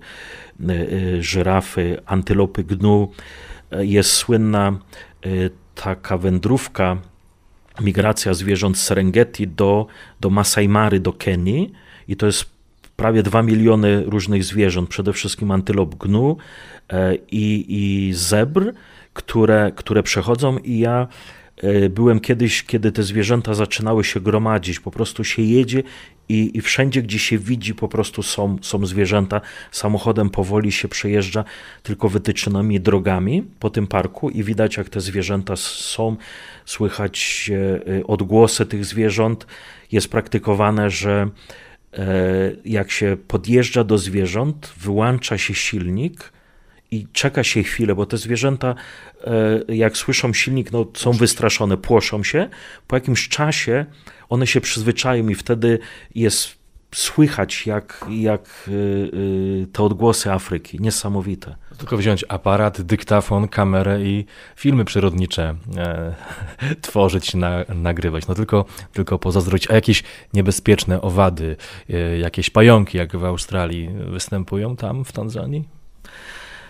żyrafy, antylopy gnu. Jest słynna taka wędrówka, migracja zwierząt z Serengeti do Masai Mary, do Kenii i to jest prawie 2 miliony różnych zwierząt, przede wszystkim antylop gnu i zebr, które przechodzą i ja byłem kiedyś, kiedy te zwierzęta zaczynały się gromadzić, po prostu się jedzie i wszędzie, gdzie się widzi, po prostu są zwierzęta. Samochodem powoli się przejeżdża tylko wytyczonymi drogami po tym parku i widać, jak te zwierzęta są, słychać odgłosy tych zwierząt. Jest praktykowane, że jak się podjeżdża do zwierząt, wyłącza się silnik i czeka się chwilę, bo te zwierzęta, jak słyszą silnik, no, są wystraszone, płoszą się. Po jakimś czasie one się przyzwyczają i wtedy jest słychać jak te odgłosy Afryki. Niesamowite. Tylko wziąć aparat, dyktafon, kamerę i filmy przyrodnicze tworzyć, nagrywać. No tylko pozazdroić. A jakieś niebezpieczne owady, jakieś pająki, jak w Australii, występują tam w Tanzanii?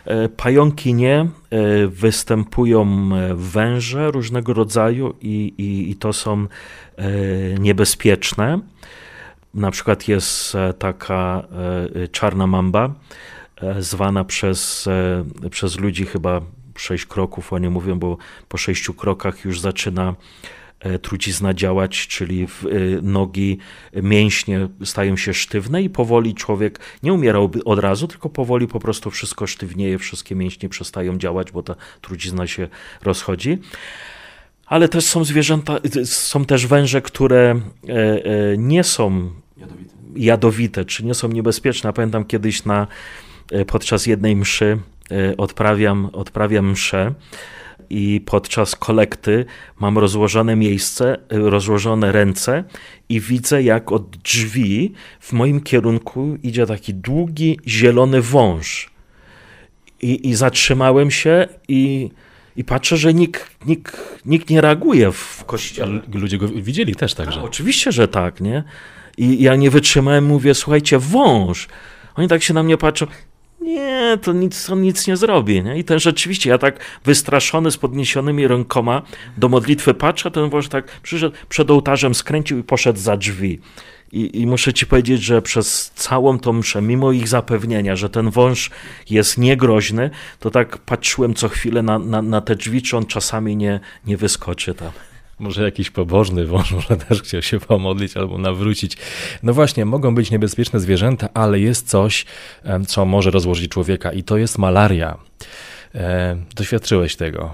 Pająki nie, występują węże różnego rodzaju i to są niebezpieczne. Na przykład jest taka czarna mamba, zwana przez ludzi chyba 6 kroków, oni mówią, bo po 6 krokach już zaczyna trucizna działać, czyli nogi, mięśnie stają się sztywne i powoli człowiek nie umiera od razu, tylko powoli po prostu wszystko sztywnieje, wszystkie mięśnie przestają działać, bo ta trucizna się rozchodzi. Ale też są zwierzęta, są też węże, które nie są jadowite, czy nie są niebezpieczne. Pamiętam kiedyś podczas jednej mszy odprawiam mszę i podczas kolekty mam rozłożone ręce i widzę, jak od drzwi w moim kierunku idzie taki długi, zielony wąż. I zatrzymałem się i patrzę, że nikt nie reaguje w kościele. Ludzie go widzieli też także. Oczywiście, że tak, nie? I ja nie wytrzymałem, mówię, słuchajcie, wąż. Oni tak się na mnie patrzą, nie, to on nic nie zrobi, nie? I ten rzeczywiście, ja tak wystraszony z podniesionymi rękoma do modlitwy patrzę, ten wąż tak przyszedł, przed ołtarzem skręcił i poszedł za drzwi. I muszę ci powiedzieć, że przez całą tą mszę, mimo ich zapewnienia, że ten wąż jest niegroźny, to tak patrzyłem co chwilę na te drzwi, czy on czasami nie wyskoczy tam. Może jakiś pobożny wąż może też chciał się pomodlić albo nawrócić. No właśnie, mogą być niebezpieczne zwierzęta, ale jest coś, co może rozłożyć człowieka i to jest malaria. Doświadczyłeś tego?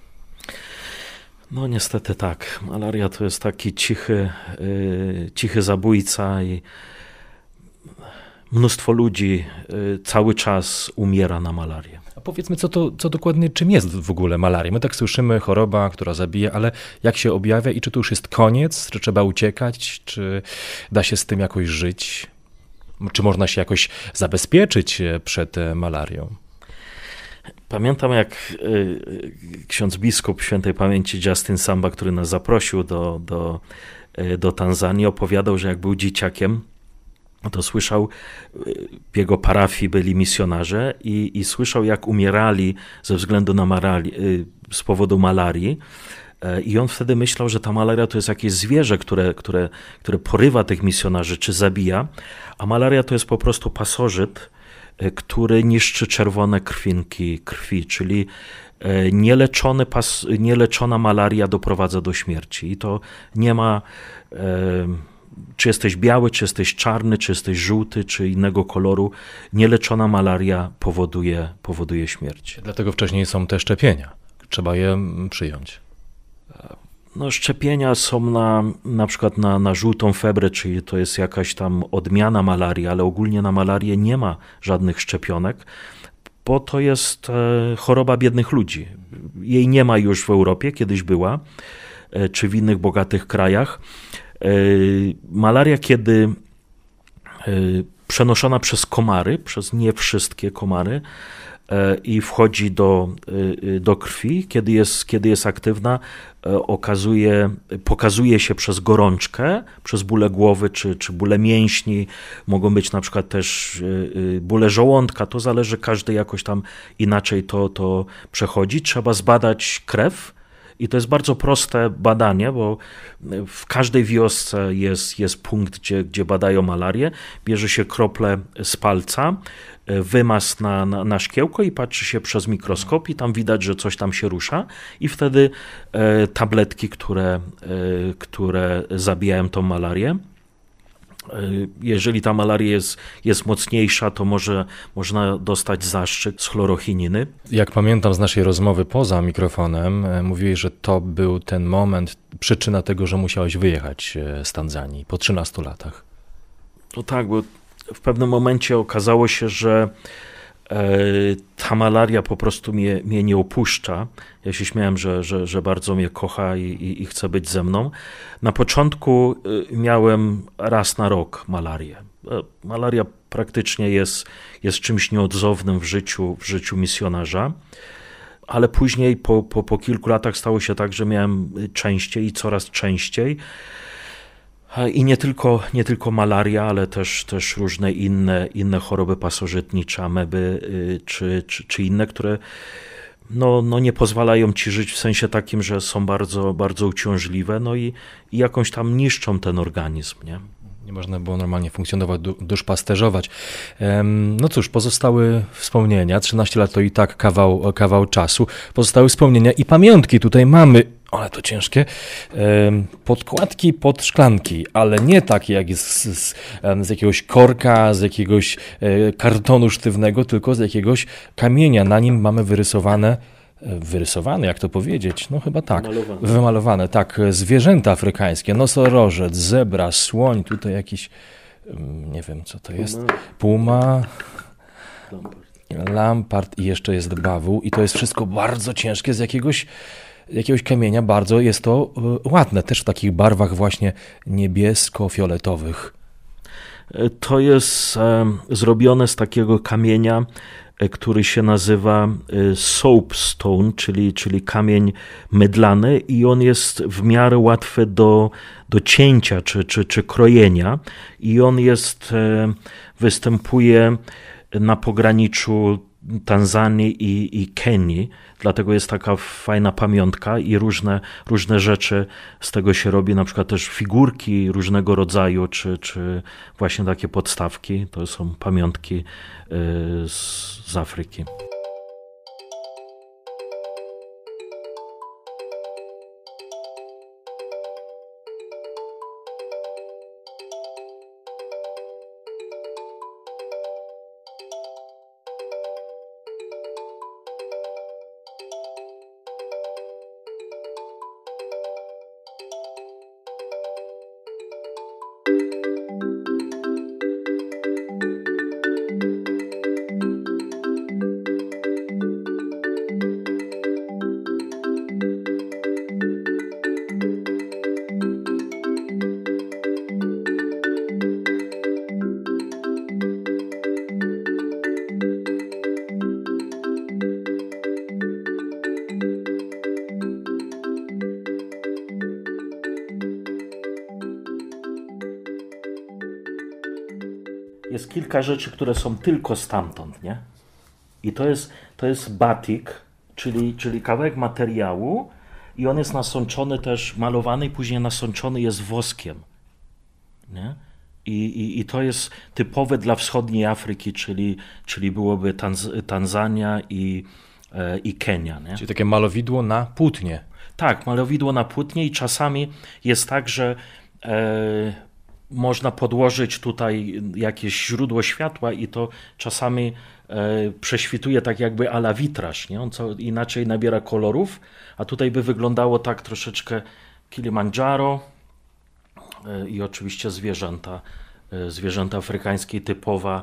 No niestety tak. Malaria to jest taki cichy zabójca i mnóstwo ludzi cały czas umiera na malarię. A powiedzmy, co dokładnie, czym jest w ogóle malaria? My tak słyszymy, choroba, która zabija, ale jak się objawia i czy to już jest koniec, czy trzeba uciekać, czy da się z tym jakoś żyć? Czy można się jakoś zabezpieczyć przed malarią? Pamiętam, jak ksiądz biskup świętej pamięci Justin Samba, który nas zaprosił do Tanzanii, opowiadał, że jak był dzieciakiem, to słyszał, w jego parafii byli misjonarze i słyszał, jak umierali ze względu na z powodu malarii. I on wtedy myślał, że ta malaria to jest jakieś zwierzę, które porywa tych misjonarzy czy zabija, a malaria to jest po prostu pasożyt, który niszczy czerwone krwinki krwi, czyli nieleczona malaria doprowadza do śmierci. I to nie ma, czy jesteś biały, czy jesteś czarny, czy jesteś żółty, czy innego koloru, nieleczona malaria powoduje śmierć. Dlatego wcześniej są te szczepienia. Trzeba je przyjąć. No, szczepienia są na przykład na żółtą febrę, czyli to jest jakaś tam odmiana malarii, ale ogólnie na malarię nie ma żadnych szczepionek, bo to jest choroba biednych ludzi. Jej nie ma już w Europie, kiedyś była, czy w innych bogatych krajach. Malaria, kiedy przenoszona przez komary, przez nie wszystkie komary, i wchodzi do krwi, kiedy jest aktywna, pokazuje się przez gorączkę, przez bóle głowy czy bóle mięśni, mogą być na przykład też bóle żołądka, to zależy, każdy jakoś tam inaczej to przechodzi. Trzeba zbadać krew i to jest bardzo proste badanie, bo w każdej wiosce jest punkt, gdzie badają malarię, bierze się krople z palca, wymaz na szkiełko i patrzy się przez mikroskop i tam widać, że coś tam się rusza i wtedy tabletki, które zabijają tą malarię. Jeżeli ta malaria jest mocniejsza, to można dostać zastrzyk z chlorochininy. Jak pamiętam z naszej rozmowy poza mikrofonem, mówiłeś, że to był ten moment, przyczyna tego, że musiałeś wyjechać z Tanzanii po 13 latach. No tak, bo w pewnym momencie okazało się, że ta malaria po prostu mnie nie opuszcza. Ja się śmiałem, że bardzo mnie kocha i chce być ze mną. Na początku miałem raz na rok malarię. Malaria praktycznie jest czymś nieodzownym w życiu misjonarza, ale później po kilku latach stało się tak, że miałem częściej i coraz częściej. I nie tylko malaria, ale też różne inne choroby pasożytnicze, ameby czy inne, które no nie pozwalają ci żyć w sensie takim, że są bardzo, bardzo uciążliwe, no i jakąś tam niszczą ten organizm, nie? Nie można było normalnie funkcjonować, duszpasterzować. No cóż, pozostały wspomnienia. 13 lat to i tak kawał czasu. Pozostały wspomnienia i pamiątki tutaj mamy, ale to ciężkie, podkładki pod szklanki, ale nie takie jak z jakiegoś korka, z jakiegoś kartonu sztywnego, tylko z jakiegoś kamienia. Na nim mamy wyrysowane, jak to powiedzieć? No chyba tak. Wymalowane, tak. Zwierzęta afrykańskie, nosorożec, zebra, słoń, tutaj jakiś, nie wiem co to jest, puma, lampart i jeszcze jest bawu i to jest wszystko bardzo ciężkie z jakiegoś kamienia, bardzo jest to ładne, też w takich barwach właśnie niebiesko-fioletowych. To jest zrobione z takiego kamienia, który się nazywa soapstone, czyli kamień mydlany i on jest w miarę łatwy do cięcia czy krojenia i on występuje na pograniczu Tanzanii i Kenii, dlatego jest taka fajna pamiątka i różne rzeczy z tego się robi, na przykład też figurki różnego rodzaju, czy właśnie takie podstawki, to są pamiątki z Afryki. Jest kilka rzeczy, które są tylko stamtąd, nie? I to jest batik, czyli kawałek materiału i on jest nasączony też, malowany i później nasączony jest woskiem, nie? I to jest typowe dla wschodniej Afryki, czyli byłoby Tanzania i Kenia, nie? Czyli takie malowidło na płótnie. Tak, malowidło na płótnie i czasami jest tak, że można podłożyć tutaj jakieś źródło światła i to czasami prześwituje tak jakby a la witraż, nie? On inaczej nabiera kolorów, a tutaj by wyglądało tak troszeczkę Kilimandżaro i oczywiście zwierzęta afrykańskie, typowa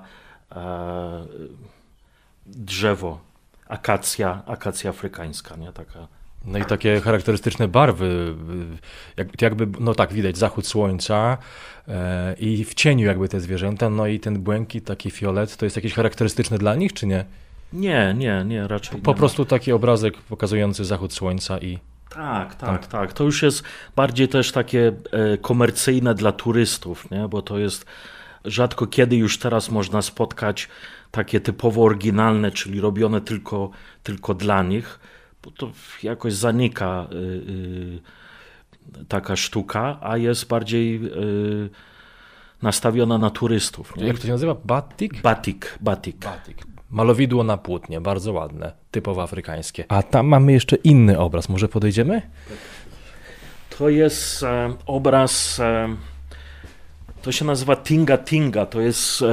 drzewo, akacja afrykańska, nie? Taka. No i takie charakterystyczne barwy, jakby, no tak, widać zachód słońca i w cieniu jakby te zwierzęta, no i ten błękit, taki fiolet, to jest jakieś charakterystyczne dla nich, czy nie? Nie, raczej po prostu taki obrazek pokazujący zachód słońca i... Tak. To już jest bardziej też takie komercyjne dla turystów, nie? Bo to jest rzadko kiedy już teraz można spotkać takie typowo oryginalne, czyli robione tylko dla nich, bo to jakoś zanika taka sztuka, a jest bardziej nastawiona na turystów. Nie? Jak to się nazywa? Batik? Batik. Malowidło na płótnie, bardzo ładne, typowo afrykańskie. A tam mamy jeszcze inny obraz, może podejdziemy? To jest obraz, to się nazywa Tinga Tinga, to jest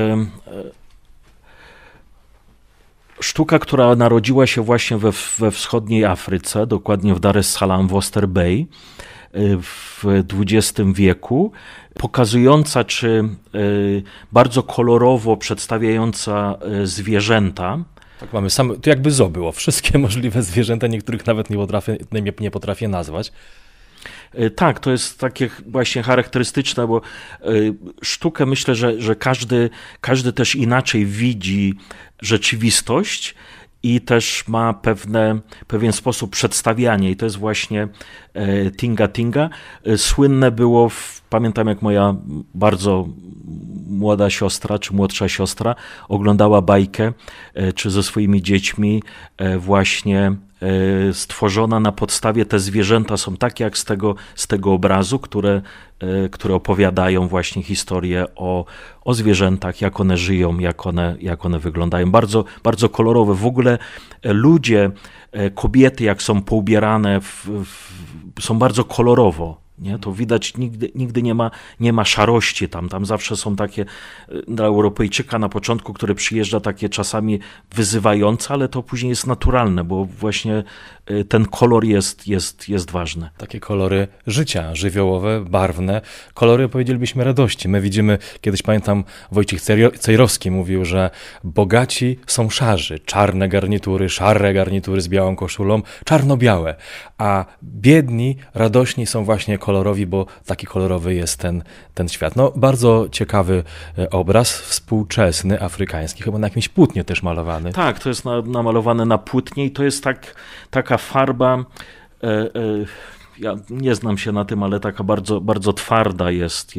sztuka, która narodziła się właśnie we wschodniej Afryce, dokładnie w Dar es Salaam, w Oyster Bay w XX wieku, pokazująca czy bardzo kolorowo przedstawiająca zwierzęta. Tak, mamy to jakby zoo było, wszystkie możliwe zwierzęta, niektórych nawet nie potrafię nazwać. Tak, to jest takie właśnie charakterystyczne, bo sztukę myślę, że każdy też inaczej widzi rzeczywistość i też ma pewien sposób przedstawiania i to jest właśnie Tinga Tinga. Słynne było, pamiętam jak moja bardzo młoda siostra, czy młodsza siostra oglądała bajkę, czy ze swoimi dziećmi właśnie stworzona na podstawie, te zwierzęta są takie jak z tego obrazu, które opowiadają właśnie historię o zwierzętach, jak one żyją, jak one wyglądają. Bardzo, bardzo kolorowe. W ogóle ludzie, kobiety, jak są poubierane, są bardzo kolorowo. Nie? To widać, nigdy nie ma szarości tam zawsze są takie, dla Europejczyka na początku, który przyjeżdża, takie czasami wyzywające, ale to później jest naturalne, bo właśnie ten kolor jest ważny. Takie kolory życia, żywiołowe, barwne, kolory, powiedzielibyśmy, radości. My widzimy, kiedyś pamiętam, Wojciech Cejrowski mówił, że bogaci są szarzy, czarne garnitury, szare garnitury z białą koszulą, czarno-białe, a biedni, radośni są właśnie kolorowi, bo taki kolorowy jest ten świat. No, bardzo ciekawy obraz, współczesny, afrykański, chyba na jakimś płótnie też malowany. Tak, to jest namalowane na płótnie i to jest taka farba, ja nie znam się na tym, ale taka bardzo, bardzo twarda jest.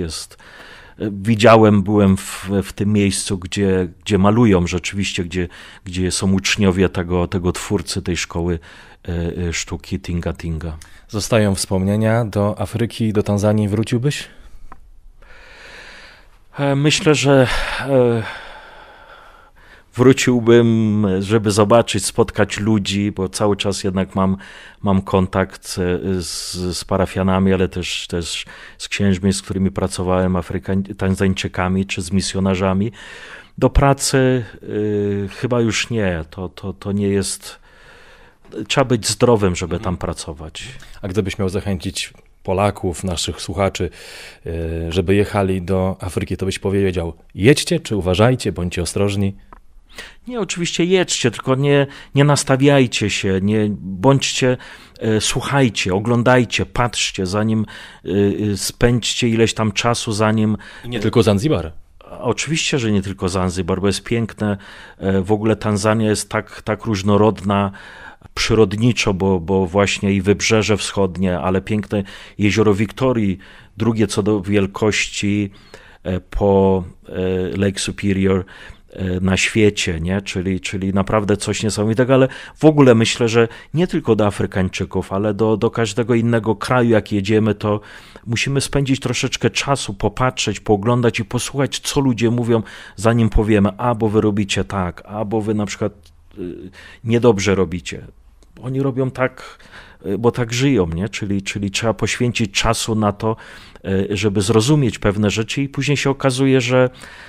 Byłem w tym miejscu, gdzie malują rzeczywiście, gdzie są uczniowie tego twórcy tej szkoły sztuki Tinga Tinga. Zostają wspomnienia. Do Afryki, do Tanzanii wróciłbyś? Myślę, że wróciłbym, żeby zobaczyć, spotkać ludzi, bo cały czas jednak mam kontakt z parafianami, ale też z księżmi, z którymi pracowałem, Tanzańczykami czy z misjonarzami. Do pracy chyba już nie. To nie jest... Trzeba być zdrowym, żeby tam pracować. A gdybyś miał zachęcić Polaków, naszych słuchaczy, żeby jechali do Afryki, to byś powiedział, jedźcie, czy uważajcie, bądźcie ostrożni? Nie, oczywiście jedźcie, tylko nie nastawiajcie się, nie bądźcie, słuchajcie, oglądajcie, patrzcie, zanim spędźcie ileś tam czasu, zanim... I nie tylko Zanzibar. Oczywiście, że nie tylko Zanzibar, bo jest piękne. W ogóle Tanzania jest tak różnorodna przyrodniczo, bo właśnie i wybrzeże wschodnie, ale piękne jezioro Wiktorii, drugie co do wielkości po Lake Superior na świecie, nie? Czyli naprawdę coś niesamowitego, ale w ogóle myślę, że nie tylko do Afrykańczyków, ale do każdego innego kraju, jak jedziemy, to musimy spędzić troszeczkę czasu, popatrzeć, pooglądać i posłuchać, co ludzie mówią, zanim powiemy, bo wy robicie tak, bo wy na przykład niedobrze robicie. Oni robią tak, bo tak żyją, nie? Czyli trzeba poświęcić czasu na to, żeby zrozumieć pewne rzeczy i później się okazuje, że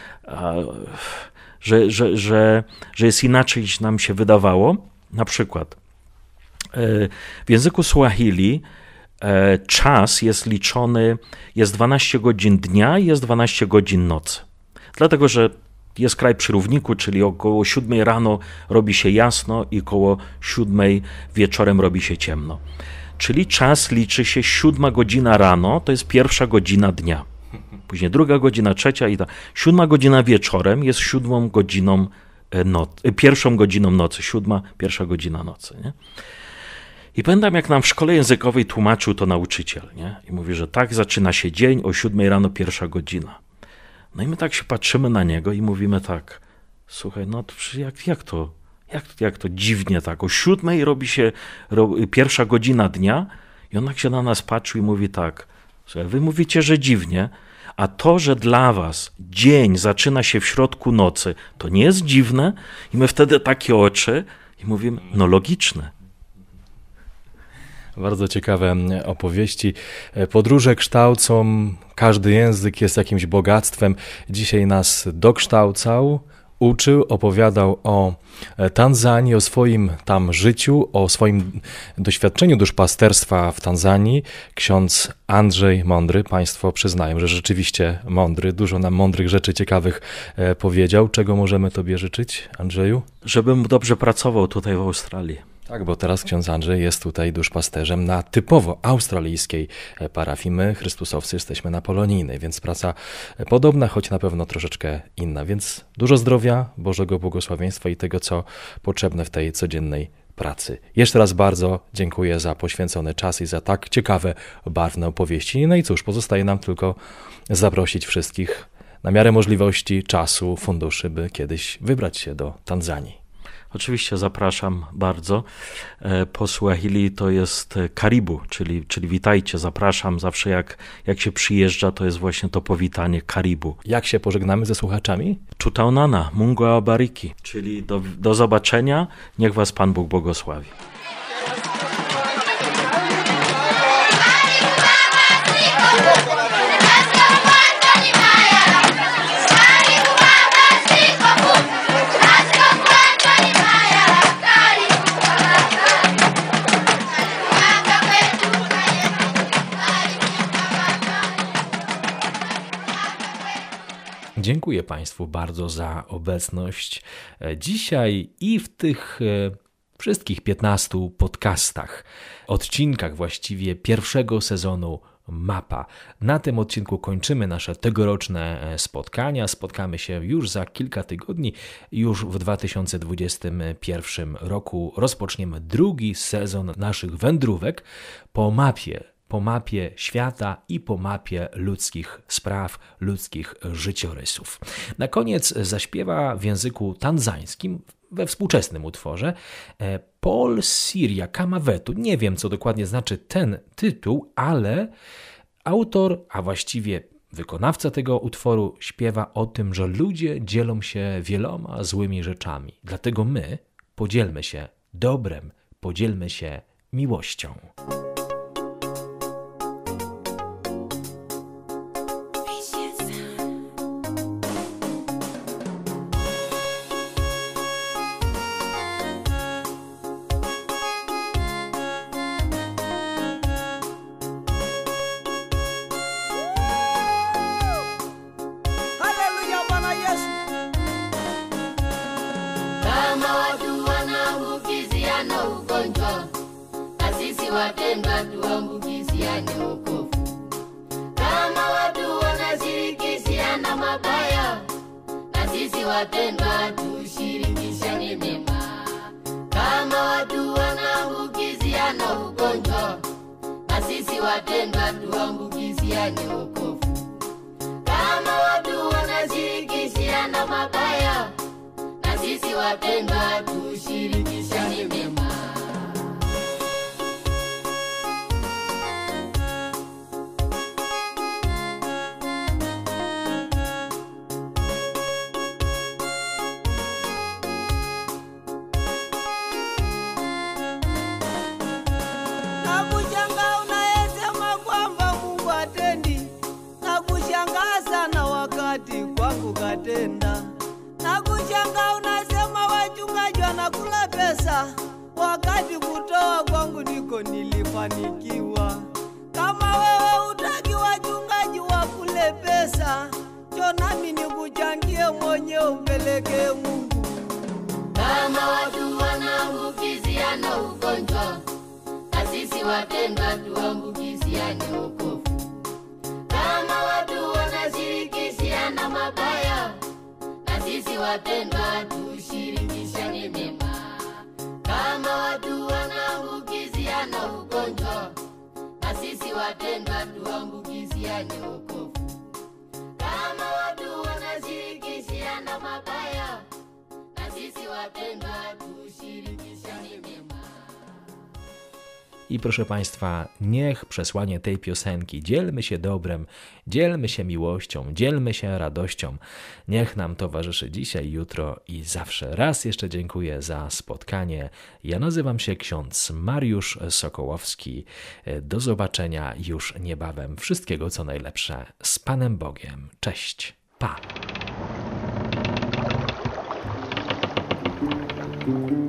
jest inaczej niż nam się wydawało. Na przykład w języku Swahili czas jest liczony, jest 12 godzin dnia i jest 12 godzin nocy. Dlatego, że jest kraj przy równiku, czyli około 7 rano robi się jasno i około 7 wieczorem robi się ciemno. Czyli czas liczy się 7 godzina rano, to jest pierwsza godzina dnia. Później 2 godzina, 3 i tak. 7 godzina wieczorem jest 7 godziną pierwszą godziną nocy. 7, pierwsza godzina nocy. Nie? I pamiętam, jak nam w szkole językowej tłumaczył to nauczyciel. Nie? I mówi, że tak zaczyna się dzień o 7 rano, pierwsza godzina. No i my tak się patrzymy na niego i mówimy tak, słuchaj, no to jak to dziwnie tak, o 7 robi się pierwsza godzina dnia i on tak się na nas patrzy i mówi tak, słuchaj, wy mówicie, że dziwnie, a to, że dla was dzień zaczyna się w środku nocy, to nie jest dziwne? I my wtedy takie oczy i mówimy, no logiczne. Bardzo ciekawe opowieści. Podróże kształcą, każdy język jest jakimś bogactwem. Dzisiaj nas dokształcał, uczył, opowiadał o Tanzanii, o swoim tam życiu, o swoim doświadczeniu duszpasterstwa w Tanzanii. Ksiądz Andrzej Mądry, państwo przyznają, że rzeczywiście mądry, dużo nam mądrych rzeczy ciekawych powiedział. Czego możemy tobie życzyć, Andrzeju? Żebym dobrze pracował tutaj w Australii. Tak, bo teraz ksiądz Andrzej jest tutaj duszpasterzem na typowo australijskiej parafii. My, Chrystusowcy, jesteśmy na polonijnej, więc praca podobna, choć na pewno troszeczkę inna. Więc dużo zdrowia, Bożego błogosławieństwa i tego, co potrzebne w tej codziennej pracy. Jeszcze raz bardzo dziękuję za poświęcony czas i za tak ciekawe, barwne opowieści. No i cóż, pozostaje nam tylko zaprosić wszystkich na miarę możliwości, czasu, funduszy, by kiedyś wybrać się do Tanzanii. Oczywiście zapraszam bardzo. Po Swahili to jest karibu, czyli witajcie, zapraszam. Zawsze jak się przyjeżdża, to jest właśnie to powitanie karibu. Jak się pożegnamy ze słuchaczami? Tutaonana, Mungu awabariki, czyli do zobaczenia. Niech was Pan Bóg błogosławi. Dziękuję Państwu bardzo za obecność dzisiaj i w tych wszystkich 15 podcastach, odcinkach właściwie pierwszego sezonu Mapa. Na tym odcinku kończymy nasze tegoroczne spotkania. Spotkamy się już za kilka tygodni. Już w 2021 roku rozpoczniemy drugi sezon naszych wędrówek po mapie świata i po mapie ludzkich spraw, ludzkich życiorysów. Na koniec zaśpiewa w języku tanzańskim, we współczesnym utworze, Paul Siria Kamawetu. Nie wiem, co dokładnie znaczy ten tytuł, ale autor, a właściwie wykonawca tego utworu śpiewa o tym, że ludzie dzielą się wieloma złymi rzeczami. Dlatego my podzielmy się dobrem, podzielmy się miłością. Wapendwa, tuambukiziane wokovu. Kama watu wanashirikishiana mabaya, na sisi wapendwa tushirikishane mema. Kama watu wanaambukiziana ugonjwa, na sisi wapendwa tuambukiziane wokovu. Kama watu wanashirikishiana mabaya, na sisi wapendwa tushirikishane mema. Katenda na kushanga unasema wachungaji wanakula pesa, wakati kutoa kwangu ndiko nilifanikiwa. Kama wewe utaki wachungaji wakule pesa, cho nami nikuchangie mwenyewe umpeleke Mungu. Kama watu wanaambukiziana ugonjwa, na sisi wapendwa tuambukiziane wokovu. Kama watu wanashirikishiana mabaya, na sisi wapendwa tushirikishane mema. Kama watu wanaambukiziana ugonjwa, na sisi wapendwa tuambukiziane wokovu. Kama watu wanashirikishiana mabaya, na sisi wapendwa tushirikishane mema. I proszę Państwa, niech przesłanie tej piosenki dzielmy się dobrem, dzielmy się miłością, dzielmy się radością. Niech nam towarzyszy dzisiaj, jutro i zawsze. Raz jeszcze dziękuję za spotkanie. Ja nazywam się ksiądz Mariusz Sokołowski. Do zobaczenia już niebawem. Wszystkiego co najlepsze. Z Panem Bogiem. Cześć. Pa.